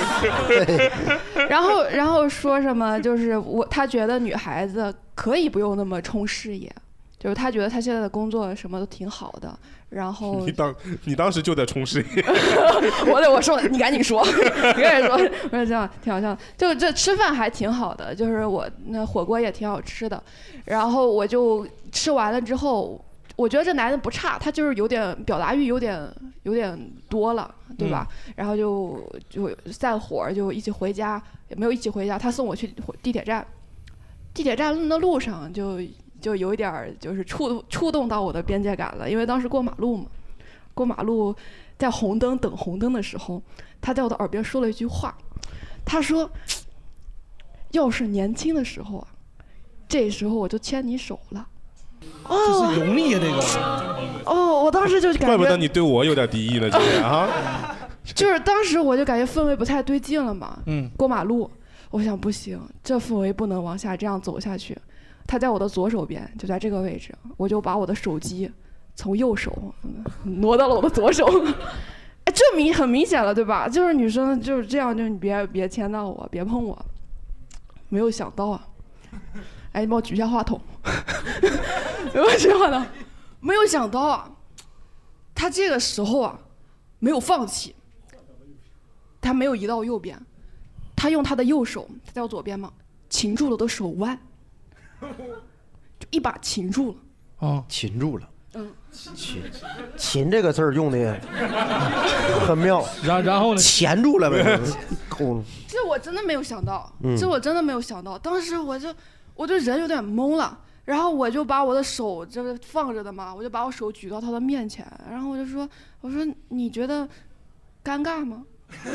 然后说什么？就是他觉得女孩子可以不用那么冲事业。就是他觉得他现在的工作什么都挺好的，然后你当时就在冲事业， 我说你赶紧说，我说这样挺好笑的，就这吃饭还挺好的，就是我那火锅也挺好吃的，然后我就吃完了之后，我觉得这男的不差，他就是有点表达欲有点多了，对吧？然后就散伙就一起回家，也没有一起回家，他送我去地铁站的路上就有一点就是触动到我的边界感了，因为当时过马路在等红灯的时候，他在我的耳边说了一句话，他说：“要是年轻的时候啊，这时候我就牵你手了。” 哦，这是油腻啊，这个。 哦，我当时就感觉， 怪不得你对我有点敌意呢，今天啊。 就是当时我就感觉氛围不太对劲了嘛。过马路，我想不行，这氛围不能往下这样走下去。他在我的左手边，就在这个位置，我就把我的手机从右手挪到了我的左手。哎，这很明显了，对吧？就是女生就是这样，就你别牵到我，别碰我。没有想到啊！哎，你帮我举一下话筒。没有举话筒，没有想到啊！他这个时候啊，没有放弃，他没有移到右边，他用他的右手，他在我左边嘛，擒住了我的手腕。就一把擒住了， 擒住了，擒这个字儿用的很妙， 然后呢， 钳住了呗， 这我真的没有想到，当时我就人有点懵了，然后我就把我的手这个放着的嘛，我就把我手举到他的面前，然后我说你觉得尴尬吗？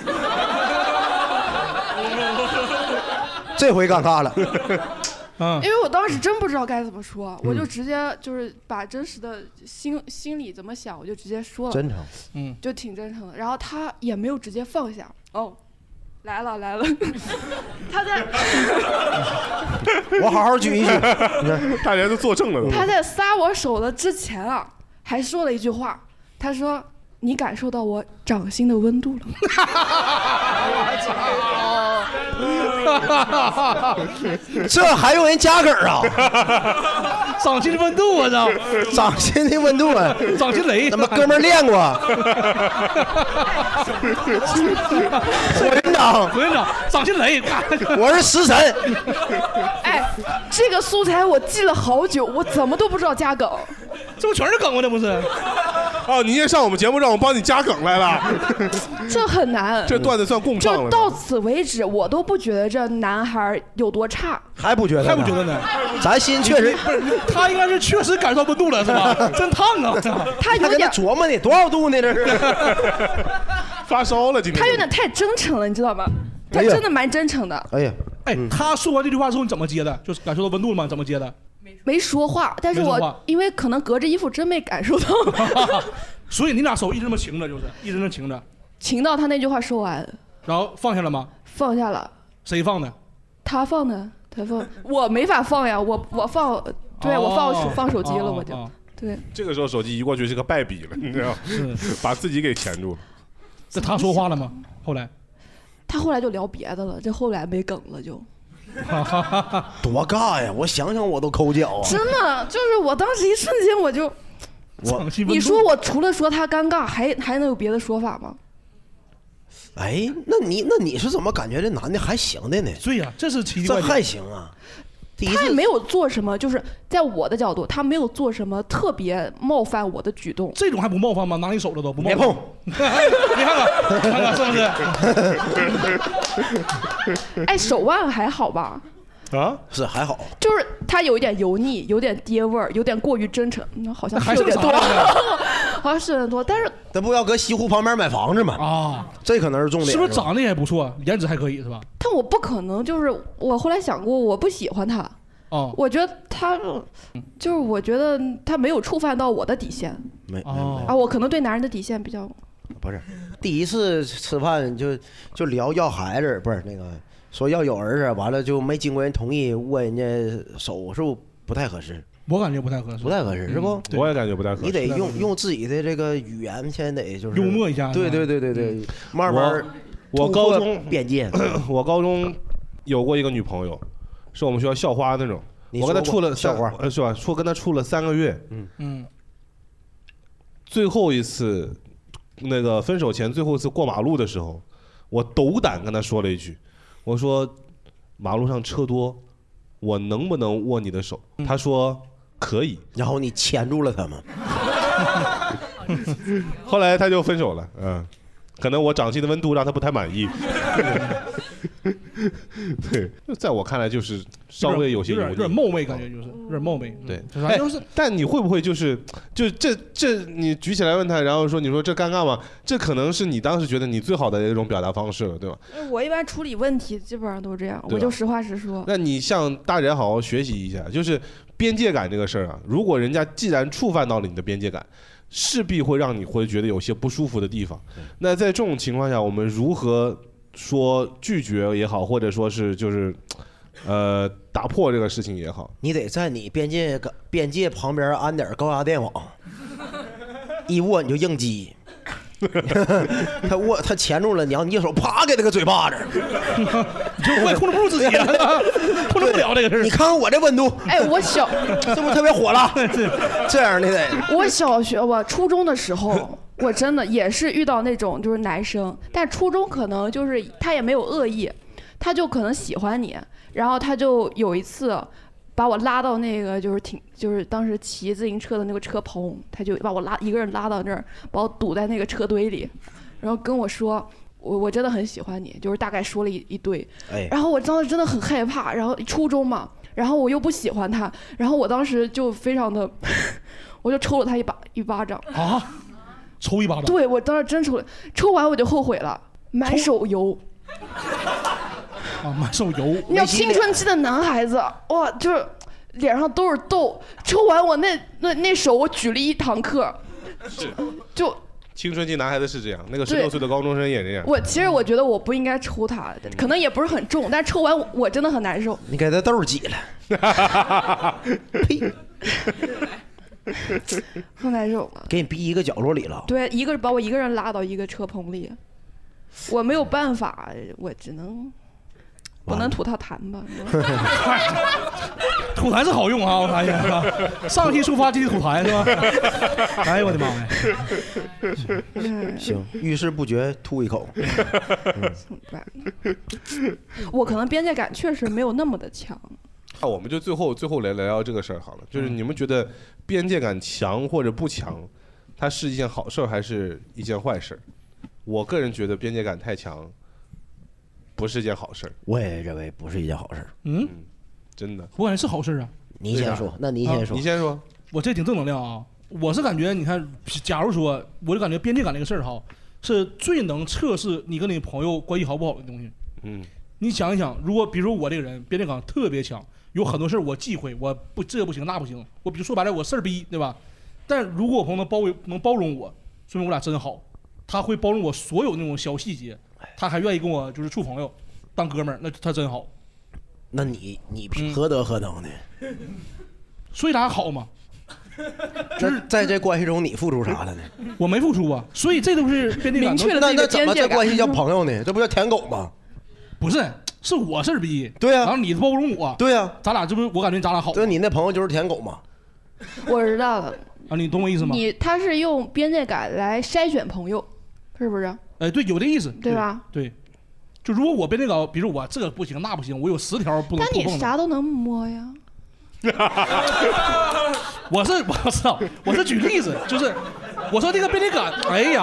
这回尴尬了。 因为我当时真不知道该怎么说，我就直接就是把真实的心里怎么想，我就直接说了， 真诚， 就挺真诚的。然后他也没有直接放下，来了，他在， 我好好举一举， 大家都作证了。 他在撒我手的之前啊，还说了一句话，他说：“你感受到我掌心的温度了。” 这还用人加梗啊？ 掌心的温度，我操！ 掌心的温度啊！ 掌心雷， 咱们哥们儿练过。火云掌， 掌心雷， 我是食神。 哎，这个素材我记了好久，我怎么都不知道加梗。 这不全是梗吗？这不是？ 哦，你也上我们节目，让我帮你加梗来了。 这很难， 这段子算共唱了。 就到此为止，我都不觉得这男孩有多差， 还不觉得呢？ 咱心确实， 他应该是确实感受温度了，是吧？真烫啊！ 他有点琢磨呢，多少度呢？这是发烧了，今天。 他有点太真诚了，你知道吗？他真的蛮真诚的。 哎， 他说完这句话之后，你怎么接的？就是感受到温度了吗？怎么接的？ 没说话，但是我因为可能隔着衣服真没感受到。 所以你俩手一直这么擎着，就是一直这么擎着， 擎到他那句话说完， 然后放下了吗？ 放下了。 谁放的？ 他放的，我没法放呀，我放，对我放手机了，我就对。 这个时候手机移过去是个败笔了，你知道吗？把自己给钳住了。 这他说话了吗？后来？ 他后来就聊别的了，这后来没梗了就。 多尬呀！我想想我都抠脚啊！ 真的，就是我当时一瞬间我就，你说我除了说他尴尬，还能有别的说法吗？ 哎，那你是怎么感觉这男的还行的呢？ 对呀，这是奇怪。 这还行啊！ 他也没有做什么，就是在我的角度，他没有做什么特别冒犯我的举动。 这种还不冒犯吗？拿你手了都不冒犯。 别碰， 你看看是不是？哎，手腕还好吧？ 啊， 是还好， 就是他有一点油腻，有点爹味儿，有点过于真诚，好像还是有点多， 是好像是有点多。但是他不要搁西湖旁边买房子吗？ 啊， 这可能是重点。 是不是长得也不错，颜值还可以是吧？ 但我不可能，就是我后来想过，我不喜欢他。 哦， 我觉得他就是，我觉得他没有触犯到我的底线。 没啊，我可能对男人的底线比较。 不是，第一次吃饭就聊要孩子，不是那个。说要有儿子，完了就没经过人同意握人家手，是不不太合适？ 我感觉不太合适， 不太合适，是不？ 我也感觉不太合适。 你得用自己的这个语言，先得就是幽默一下。 对，慢慢。 我高中边界， 我高中有过一个女朋友，是我们学校校花那种。我跟她处了校花， 是吧？跟她处了3个月。最后一次，那个分手前最后一次过马路的时候，我斗胆跟她说了一句。我说马路上车多，我能不能握你的手？他说可以， 然后你牵住了他吗？ 后来他就分手了，可能我掌心的温度让他不太满意。对，在我看来就是稍微有些有点冒昧，感觉就是有点冒昧。 对， 就是但你会不会就这你举起来问他，然后说你说这尴尬吗？这可能是你当时觉得你最好的一种表达方式了，对吧？ 我一般处理问题基本上都是这样，我就实话实说。 那你向大人好好学习一下，就是边界感这个事儿啊，如果人家既然触犯到了你的边界感，势必会让你会觉得有些不舒服的地方。那在这种情况下，我们如何说拒绝也好，或者说是就是打破这个事情也好， 你得在你边界旁边安点高压电网，一握你就应激。他牵住了你，你手啪给他个嘴巴子， 你就会控制不住自己了，控制不了这个事儿。 你看看我这温度， 哎，我是不是特别火了？这样的得。 我小学初中的时候，我真的也是遇到那种就是男生，但初中可能就是他也没有恶意，他就可能喜欢你，然后他就有一次把我拉到那个就是当时骑自行车的那个车棚，他就把我一个人拉到那儿，把我堵在那个车堆里，然后跟我说我真的很喜欢你，就是大概说了一堆，然后我当时真的很害怕，然后初中嘛，然后我又不喜欢他，然后我当时就非常的，我就抽了他一巴掌啊，抽一巴掌？ 对，我当时真抽了，抽完我就后悔了，满手油。 啊，满手油！ 你要青春期的男孩子，哇，就是脸上都是痘。抽完我那手，我举了1堂课，就青春期男孩子是这样，那个16岁的高中生也这样。 其实我觉得我不应该抽他，可能也不是很重，但抽完我真的很难受。 你给他痘挤了，呸！ 很难受了， 给你逼一个角落里了。 对，把我一个人拉到一个车棚里，我没有办法，我只能。不能吐他痰吧？ 吐痰是好用啊，我发现。上期抒发，这期吐痰是吧？哎呦我的妈呀！ 行，遇事不决吐一口。 我可能边界感确实没有那么的强。 那我们就最后来聊聊这个事儿好了，就是你们觉得边界感强或者不强，它是一件好事还是一件坏事？我个人觉得边界感太强。不是件好事， 我也认为不是一件好事。 真的， 我感觉是好事啊。 你先说，那你先说， 你先说。 我这挺正能量啊！我是感觉，你看，假如说，我就感觉边界感这个事儿哈，是最能测试你跟你朋友关系好不好的东西。你想一想，如果比如说我这个人边界感特别强，有很多事儿我忌讳，我不这不行那不行，我比如说白了我事儿逼，对吧？但如果我朋友能包容我，说明我俩真好，他会包容我所有那种小细节。他还愿意跟我就是处朋友，当哥们儿，那他真好。 那你何德何能呢？ 所以咱好嘛。 就是在这关系中，你付出啥了呢？ 我没付出啊，所以这都是边界感。 那怎么这关系叫朋友呢？这不叫舔狗吗？ 不是，是我事儿逼。 对呀。 然后你包容我。 对呀。 咱俩这不是我感觉咱俩好。 对，你那朋友就是舔狗嘛。 我知道了。 啊，你懂我意思吗？ 他是用边界感来筛选朋友，是不是？ 哎，对，有这意思， 对吧？ 对， 就如果我边界感，比如我这个不行那不行，我有10条不能但你触碰的。 啥都能摸呀。 我知道，我是举例子，就是我说这个边界感，哎呀，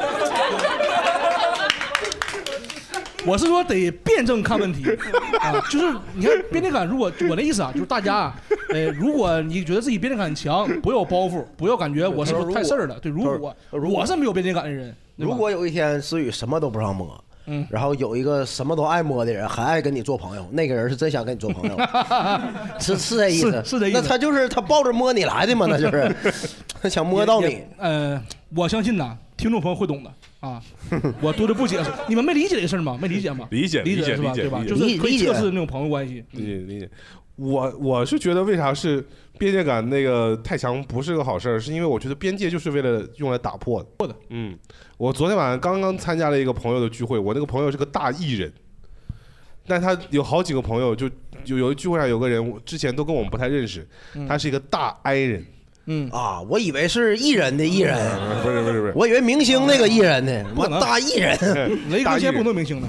我是说得辩证看问题啊，就是你看边界感，如果我的意思啊，就是大家啊，如果你觉得自己边界感很强，不要包袱，不要感觉我是不是太事儿了。对，如果我是没有边界感的人， 如果有一天思雨什么都不让摸。然后有一个什么都爱摸的人，还爱跟你做朋友，那个人是真想跟你做朋友，是这意思， 是这意思。 那他就是他抱着摸你来的嘛，那就是他想摸到你。 我相信呐，听众朋友会懂的啊，我多的不解释。你们没理解这事儿吗？没理解吗？ 理解是吧？对吧？就是可以测试那种朋友关系。 理解。我是觉得为啥是边界感那个太强不是个好事儿，是因为我觉得边界就是为了用来打破的。我昨天晚上刚刚参加了一个朋友的聚会，我那个朋友是个大艺人，但他有好几个朋友，就有聚会上有个人之前都跟我们不太认识，他是一个大 I 人。 我以为是艺人的艺人， 不是， 我以为明星那个艺人呢，我大艺人， 雷哥现在不能明星的。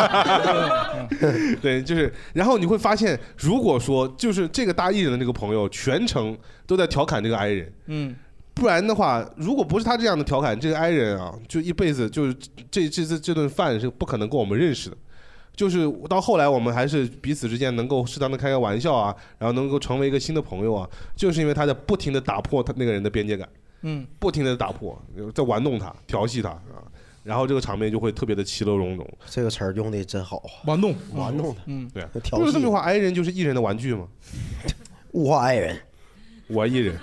对，就是，然后你会发现，如果说就是这个大艺人的那个朋友全程都在调侃这个 I 人，不然的话，如果不是他这样的调侃，这个 I 人啊，就一辈子就是这顿饭是不可能跟我们认识的。就是到后来，我们还是彼此之间能够适当的开个玩笑啊，然后能够成为一个新的朋友啊，就是因为他在不停的打破他那个人的边界感，不停的打破，在玩弄他、调戏他啊，然后这个场面就会特别的其乐融融。 这个词儿用的真好， 玩弄对，就是这么句话，爱人就是艺人的玩具嘛， 物化爱人， 我艺人。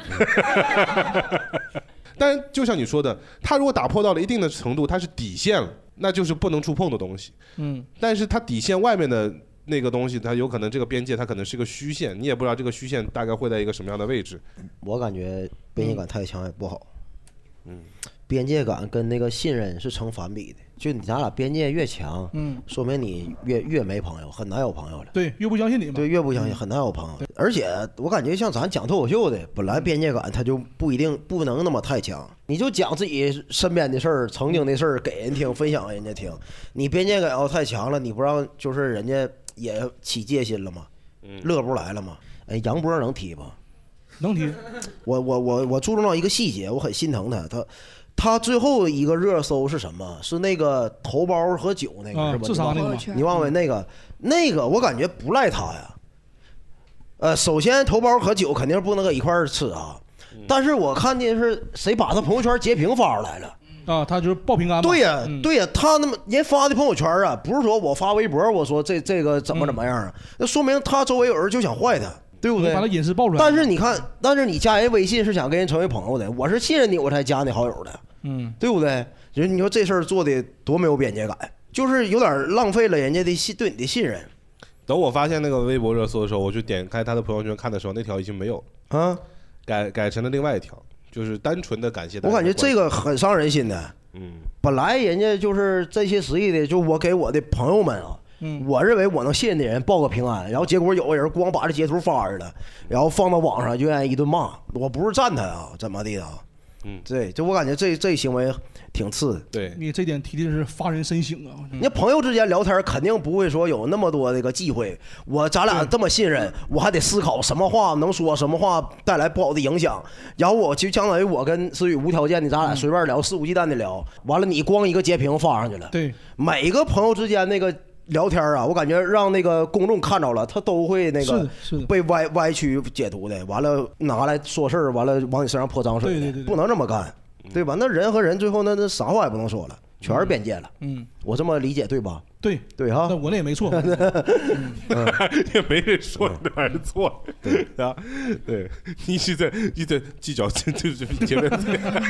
但就像你说的，他如果打破到了一定的程度，他是底线了。那就是不能触碰的东西，但是它底线外面的那个东西，它有可能这个边界它可能是个虚线，你也不知道这个虚线大概会在一个什么样的位置。 我感觉边界感太强也不好，边界感跟那个信任是成反比的，就咱俩边界越强，说明你越没朋友，很难有朋友了。 对，越不相信你嘛。 对，越不相信很难有朋友。而且我感觉像咱讲脱口秀的，本来边界感他就不能那么太强，你就讲自己身边的事儿、曾经的事儿给人听，分享人家听。你边界感要太强了，你不让就是人家也起戒心了吗？乐不来了吗？杨波能提吗？ 能提。 我注重到一个细节，我很心疼他最后一个热搜是什么？是那个头孢和酒那个是吧？ 自杀那个， 你忘了那个？我感觉不赖他呀。首先头孢和酒肯定不能搁一块儿吃啊。但是我看见是谁把他朋友圈截屏发出来了啊？他就是报平安嘛。 对呀，他那么人发的朋友圈啊，不是说我发微博我说这个怎么样啊？那说明他周围有人就想坏他。对不对？ 把他隐私爆出来。 但是你看，你加人微信是想跟人成为朋友的，我是信任你我才加你好友的，对不对？人你说这事儿做的多没有边界感，就是有点浪费了人家的对你的信任。 等我发现那个微博热搜的时候，我就点开他的朋友圈看的时候，那条已经没有了啊，改成了另外一条，就是单纯的感谢大家。 我感觉这个很伤人心的。本来人家就是这些实意的，就我给我的朋友们啊。我认为我能信任的人报个平安，然后结果有个人光把这截图发着了，然后放到网上就让人一顿骂。我不是赞他啊，怎么的啊？对，就我感觉这行为挺次的。 对， 你这点提的是发人深省啊！ 你朋友之间聊天肯定不会说有那么多这个忌讳，咱俩这么信任，我还得思考什么话能说，什么话带来不好的影响。然后我就相当于我跟思雨无条件的，咱俩随便聊，肆无忌惮的聊。完了，你光一个截屏发上去了。 对， 每个朋友之间那个聊天啊，我感觉让那个公众看着了，他都会那个被歪曲解读的，完了拿来说事儿，完了往你身上泼脏水，不能这么干，对吧？那人和人最后那啥话也不能说了，全是边界了。我这么理解对吧？ 对哈， 那我那也没错， 也没人说你哪儿错，对啊，对，你是在计较就是前面。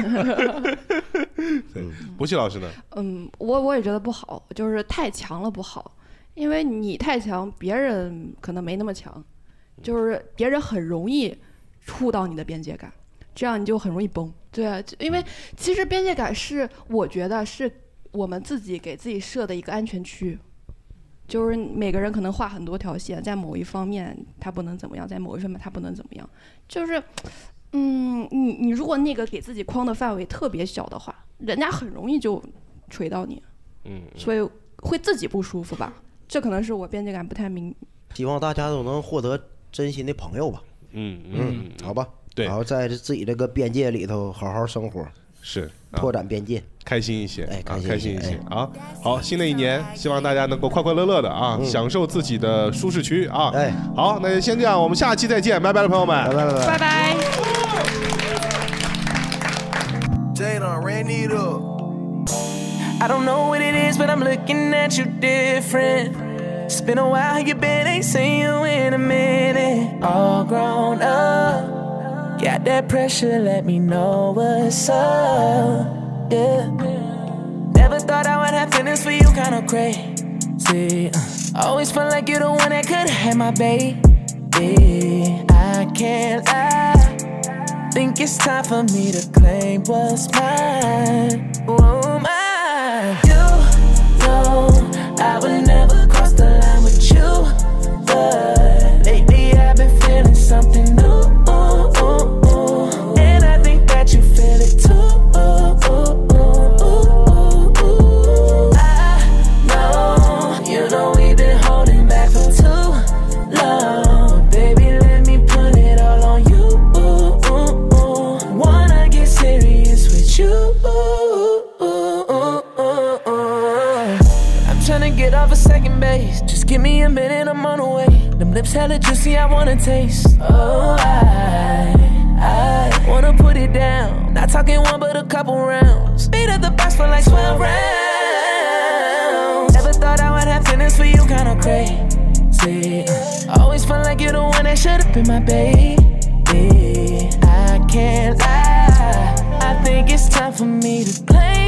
对，博奇老师呢？ 我也觉得不好，就是太强了不好，因为你太强，别人可能没那么强，就是别人很容易触到你的边界感，这样你就很容易崩。对啊，因为其实边界感是我觉得是我们自己给自己设的一个安全区，就是每个人可能画很多条线，在某一方面他不能怎么样，在某一方面他不能怎么样，就是你如果那个给自己框的范围特别小的话，人家很容易就锤到你。所以会自己不舒服吧。这可能是我边界感不太明。 希望大家都能获得真心的朋友吧。好吧。 对， 然后在自己这个边界里头好好生活， 是拓展边界， 开心一些，开心一些啊！ 好，新的一年，希望大家能够快快乐乐的啊，享受自己的舒适区啊！好，那就先这样，我们下期再见，拜拜了，朋友们， 拜拜。 I don't know what it is, but I'm looking at you different. It's been a while, you been, ain't seen you in a minute. All grown up. Got that pressure, let me know what's up, yeah. Never thought I would have feelings for you, kinda crazy. Always felt like you're the one that could've had my baby. I can't lie, think it's time for me to claim what's mine. Oh my, you know I would never cross the line with you, but lately I've been feeling something new. And I think that you feel it too. I know, you know we've been holding back for too long. Baby, let me put it all on you. Wanna get serious with you. I'm tryna get off of second base. Just give me a minute, I'm on the way. Them lips hella juicy, I wanna taste. Oh, I wanna put it down. Not talking one, but a couple rounds. Speed of the box for like 12 rounds. Never thought I would have feelings for you, kinda crazy. Always felt like you're the one that should've been my baby. I can't lie, I think it's time for me to play